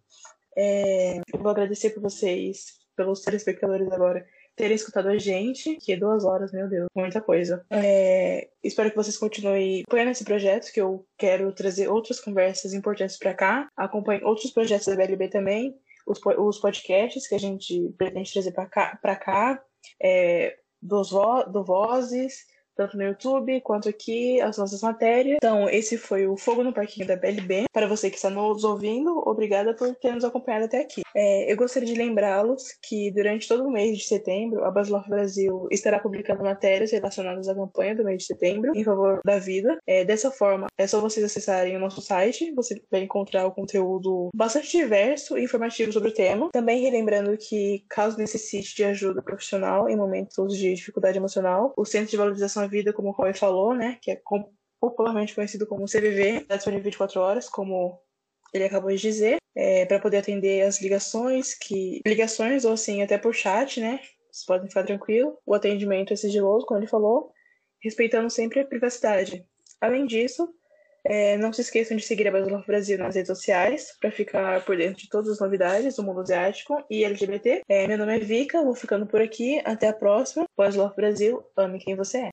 É, eu vou agradecer por vocês, pelos telespectadores agora, terem escutado a gente, que é duas horas, meu Deus, muita coisa. É, espero que vocês continuem apoiando esse projeto, que eu quero trazer outras conversas importantes pra cá. Acompanhem outros projetos da B L B também, os, os podcasts que a gente pretende trazer pra cá, pra cá é, dos vo, do Vozes, tanto no YouTube quanto aqui, as nossas matérias. Então, esse foi o Fogo no Parquinho da B L B. Para você que está nos ouvindo, obrigada por ter nos acompanhado até aqui. É, eu gostaria de lembrá-los que durante todo o mês de setembro, a Basilorf Brasil estará publicando matérias relacionadas à campanha do mês de setembro em favor da vida. É, dessa forma, é só vocês acessarem o nosso site, você vai encontrar o conteúdo bastante diverso e informativo sobre o tema. Também relembrando que, caso necessite de ajuda profissional em momentos de dificuldade emocional, o Centro de Valorização Vida, como o Cauê falou, né, que é popularmente conhecido como C V V, está disponível vinte e quatro horas, como ele acabou de dizer, é, para poder atender as ligações, que ligações ou assim, até por chat, né, vocês podem ficar tranquilos, o atendimento é sigiloso, como ele falou, respeitando sempre a privacidade. Além disso, é, não se esqueçam de seguir a Basilorf Brasil nas redes sociais, para ficar por dentro de todas as novidades do mundo asiático e L G B T. É, meu nome é Vika, vou ficando por aqui, até a próxima. Basilorf Brasil, ame quem você é.